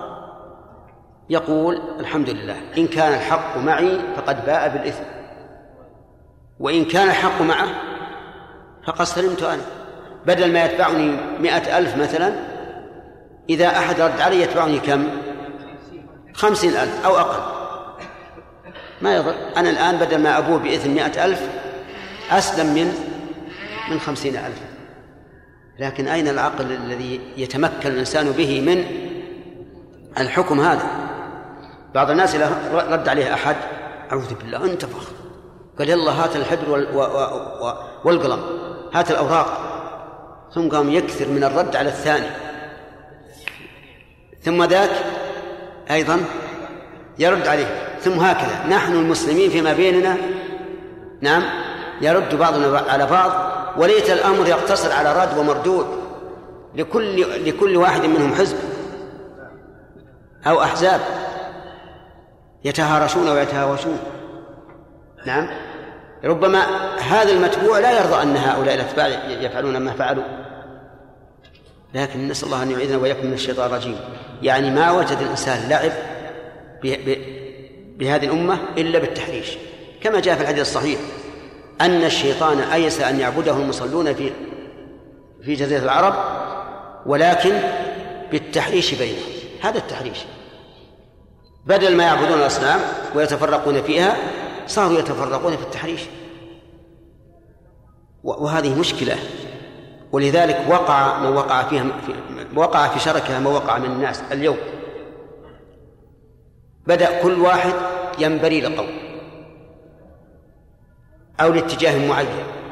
يقول الحمد لله إن كان الحق معي فقد باء بالإثم، وإن كان الحق معه فقد سلمت أنا. بدل ما يتبعني مئة ألف مثلا، إذا أحد رد علي يتبعني كم؟ خمسين ألف أو أقل، ما يضر. أنا الآن بدل ما أبوه بإثم مئة ألف أسلم من من خمسين ألف. لكن أين العقل الذي يتمكن الإنسان به من الحكم هذا؟ بعض الناس إذا رد عليه أحد أعوذ بالله انتفخ، قال يلا هات الحبر والقلم، هات الأوراق، ثم قام يكثر من الرد على الثاني، ثم ذاك أيضا يرد عليه، ثم هكذا. نحن المسلمين فيما بيننا نعم يرد بعضنا على بعض، وليت الأمر يقتصر على رد ومردود، لكل لكل واحد منهم حزب أو أحزاب يتهارشون ويتهاوشون. نعم ربما هذا المتبوع لا يرضى أن هؤلاء الأتباع يفعلون ما فعلوا، لكن نسأل الله أن يعيذنا وإياكم من الشيطان الرجيم. يعني ما وجد الإنسان لعب بهذه الأمة إلا بالتحريش، كما جاء في الحديث الصحيح أن الشيطان أيس أن يعبده المصلون في في جزيرة العرب، ولكن بالتحريش بينهم. هذا التحريش، بدل ما يعبدون الأصنام ويتفرقون فيها صاروا يتفرقون في التحريش، وهذه مشكلة. ولذلك وقع من وقع فيها وقع في شركها ما وقع من الناس اليوم. بدأ كل واحد ينبري لقول أو لاتجاه معين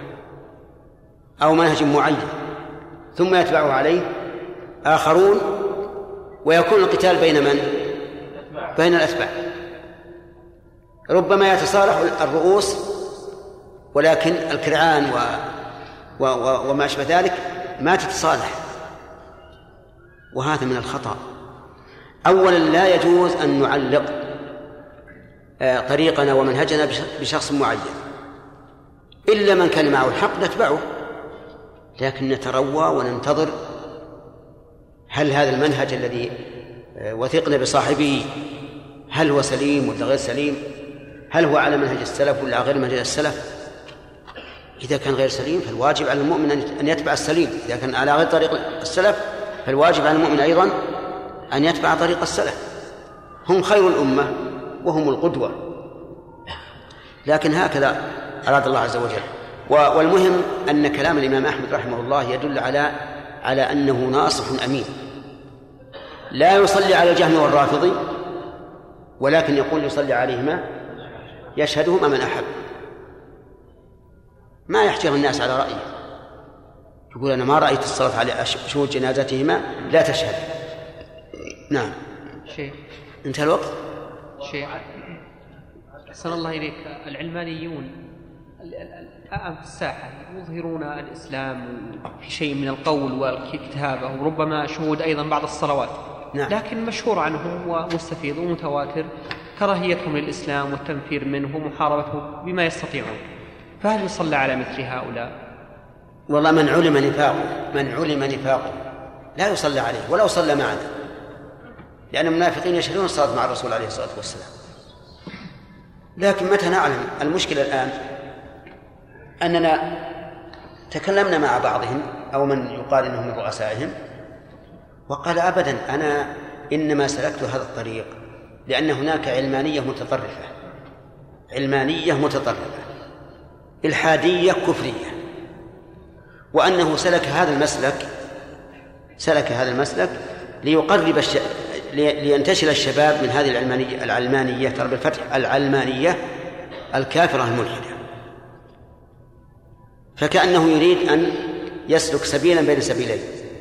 أو منهج معين، ثم يتبعه عليه آخرون، ويكون القتال بين من؟ بين الأتباع. ربما يتصالح الرؤوس، ولكن الكرعان و... و... و... وما أشبه ذلك ما تتصالح، وهذا من الخطأ. أولا لا يجوز أن نعلق طريقنا ومنهجنا بشخص معين، إلا من كان معه الحق نتبعه، لكن نتروى وننتظر هل هذا المنهج الذي وثقنا بصاحبه هل هو سليم ولا غير سليم، هل هو على منهج السلف ولا غير منهج السلف. إذا كان غير سليم فالواجب على المؤمن أن يتبع السليم، إذا كان على غير طريق السلف فالواجب على المؤمن أيضا أن يتبع طريق السلف. هم خير الأمة وهم القدوة، لكن هكذا أراد الله عز وجل. والمهم أن كلام الإمام أحمد رحمه الله يدل على على أنه ناصح أمين، لا يصلي على الجهم والرافضي، ولكن يقول يصلي عليهما يشهدهما من أحب. ما يحجر الناس على رأيه، يقول أنا ما رأيت الصلاة على شهود جنازتهما لا تشهد. نعم شيخ انتهى الوقت. شيخ أحسن الله إليك، العلمانيون الآن في الساحة يظهرون الإسلام في شيء من القول والكتابة وربما شهود أيضا بعض الصلوات. نعم. لكن مشهور عنهم ومستفيض ومتواتر كراهيتهم للإسلام والتنفير منه ومحاربته بما يستطيعون، فهل يصلى على مثل هؤلاء؟ والله من علم نفاقه من علم نفاقه لا يصلى عليه ولو صلى معنا، لأن المنافقين يشهدون الصلاة مع الرسول عليه الصلاة والسلام. لكن متى نعلم؟ المشكلة الآن أننا تكلمنا مع بعضهم أو من يقال إنهم من رؤسائهم وقال أبدا أنا إنما سلكت هذا الطريق لأن هناك علمانية متطرفة علمانية متطرفة إلحادية كفرية، وأنه سلك هذا المسلك سلك هذا المسلك ليقرب الش... لينتشل الشباب من هذه العلمانية العلمانية ترى بالفتح العلمانية الكافرة الملحدة، فكأنه يريد أن يسلك سبيلا بين سبيلين.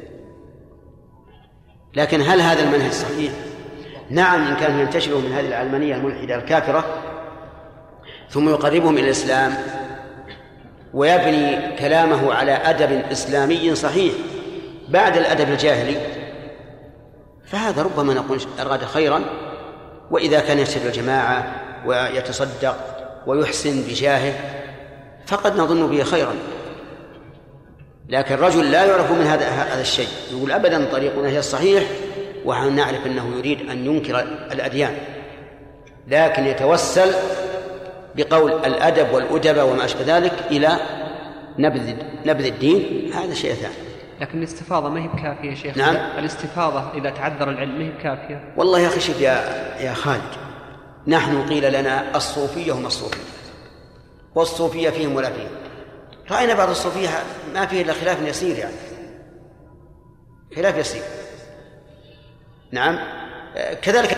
لكن هل هذا المنهج صحيح؟ نعم، إن كانوا ينتشلوا من هذه العلمانية الملحدة الكافرة ثم يقربهم إلى الإسلام ويبني كلامه على أدب إسلامي صحيح بعد الأدب الجاهلي، فهذا ربما نقول أراد خيرا. وإذا كان يشهد الجماعة ويتصدق ويحسن بجاهه فقد نظن به خيرا. لكن الرجل لا يعرف من هذا هذا الشيء، يقول أبدا طريقنا هي الصحيح، ونحن نعرف أنه يريد أن ينكر الأديان، لكن يتوسل بقول الأدب والأدب وما أشبه ذلك إلى نبذ نبذ الدين، هذا شيء ثاني. لكن الاستفاضة ما هي بكافية شيخ. نعم. الاستفاضة إذا تعذر العلم ما هي بكافية. والله يا أخي شوف يا يا خالد، نحن قيل لنا الصوفية هم الصوفية والصوفية فيهم ولا فيهم، رأينا بعض الصوفية ما فيه إلا خلاف يسير، يعني خلاف يسير. نعم كذلك.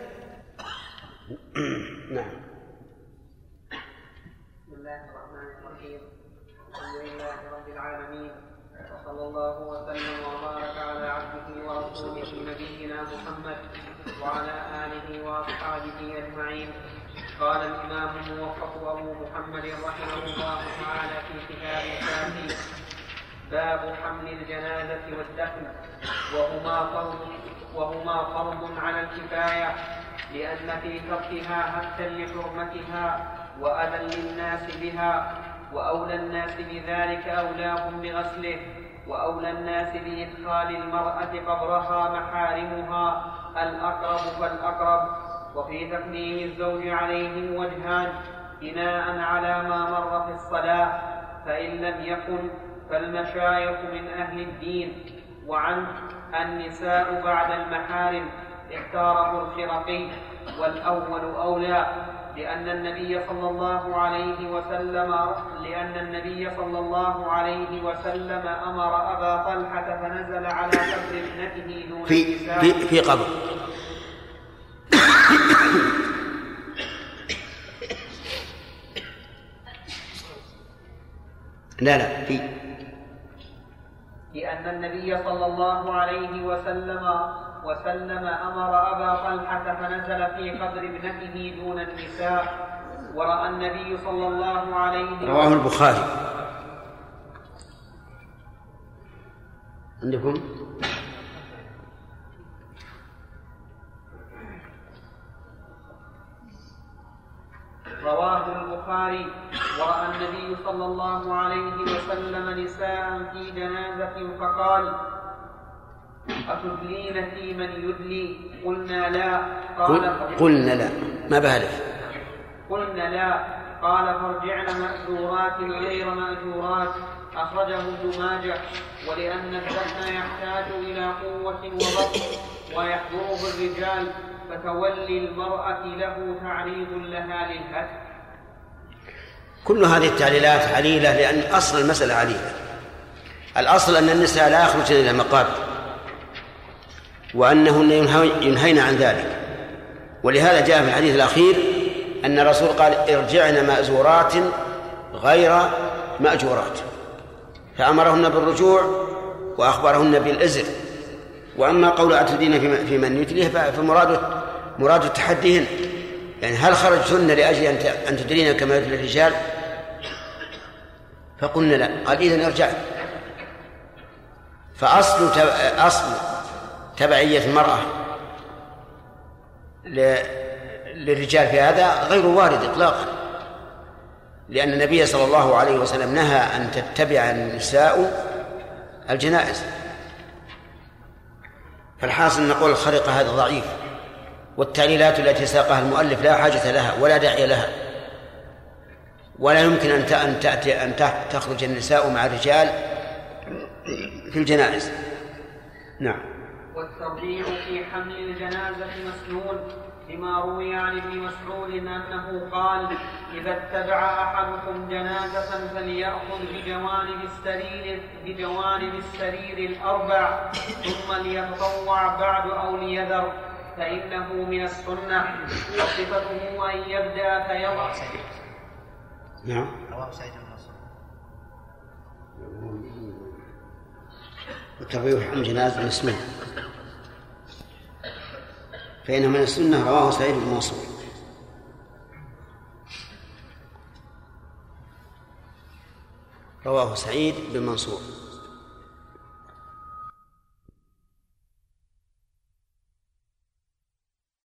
نعم. بسم الله الرحمن الرحيم، الحمد لله رب العالمين، وصلى الله وسلم وبارك على عبده ورسوله نبينا محمد وعلى آله وأصحابه أجمعين. قال الإمام الموفق أبو محمد رحمه الله تعالى في كتاب الكافي: باب حمل الجنازة والدفن، وهما فرض وهما فرض على الكفاية، لأن في تركها هتكا لحرمتها وأذى للناس بها، وأولى الناس بذلك أولاهم بغسله، وأولى الناس بإدخال المرأة قبرها محارمها الأقرب فالأقرب. وفي تقديم الزوج عليهم وجهان بناء على ما مر في الصلاة، فإن لم يكن فالمشايخ من أهل الدين. وعن النساء بعد المحارم اختاره الخرقي، والأول أولى، لأن النبي صلى الله عليه وسلم لأن النبي صلى الله عليه وسلم أمر أبا طلحة فنزل على قبر ابنته دون في النساء في في قبر لا لا في لأن النبي صلى الله عليه وسلم وسلم أمر أبا طلحة فنزل في قبر ابنته دون النساء. ورأى النبي صلى الله عليه وسلم، رواه البخاري. عندكم؟ رواه البخاري. ورأى النبي صلى الله عليه وسلم نساء في جنازة فقال: أتدلين في من يدلي؟ قلنا لا. قال قلنا لا ما بهلف قلنا لا. قال: فارجعن مأجورات غير مأجورات. أخرجه ابن ماجه. ولأن الدفن يحتاج إلى قوة وبطن ويحضره الرجال، فتولي المرأة له تعريض لها للهدف. كل هذه التعليلات عليلة، لأن أصل المسألة عليلة. الأصل أن النساء لا يخرجن إلى المقابر، وأنهن ينهين عن ذلك. ولهذا جاء في الحديث الأخير أن الرسول قال: ارجعن مأزورات غير مأجورات، فأمرهن بالرجوع وأخبرهن بالإزر. وأما قول أتدين في من يتليه فمراد مراد التحديهن، يعني هل خرجتن لأجل أن تدرين كما يدري الرجال؟ فقلنا لا. قال إذن ارجع. فأصل أصل تبعية المرأة للرجال في هذا غير وارد إطلاقا، لأن النبي صلى الله عليه وسلم نهى أن تتبع النساء الجنائز. فالحاصل نقول الخريقة هذا ضعيف، والتعليلات التي ساقها المؤلف لا حاجة لها ولا داعي لها، ولا يمكن أن تأتي أن تخرج النساء مع الرجال في الجنائز. نعم. والترجيح في حمل الجنازة مسنون لما روي عن ابن مسعود أنه قال: إذا اتبع أحدكم جنازة فليأخذ بجوانب السرير بجوانب السرير الأربع ثم ليتطوع بعد أو ليذر، فإنه من السنة. وصفته أن يبدأ فيضع. نعم. الترجيح عن جنازة مسنون فإنه من السنة، رواه سعيد بن منصور. رواه سعيد بن منصور.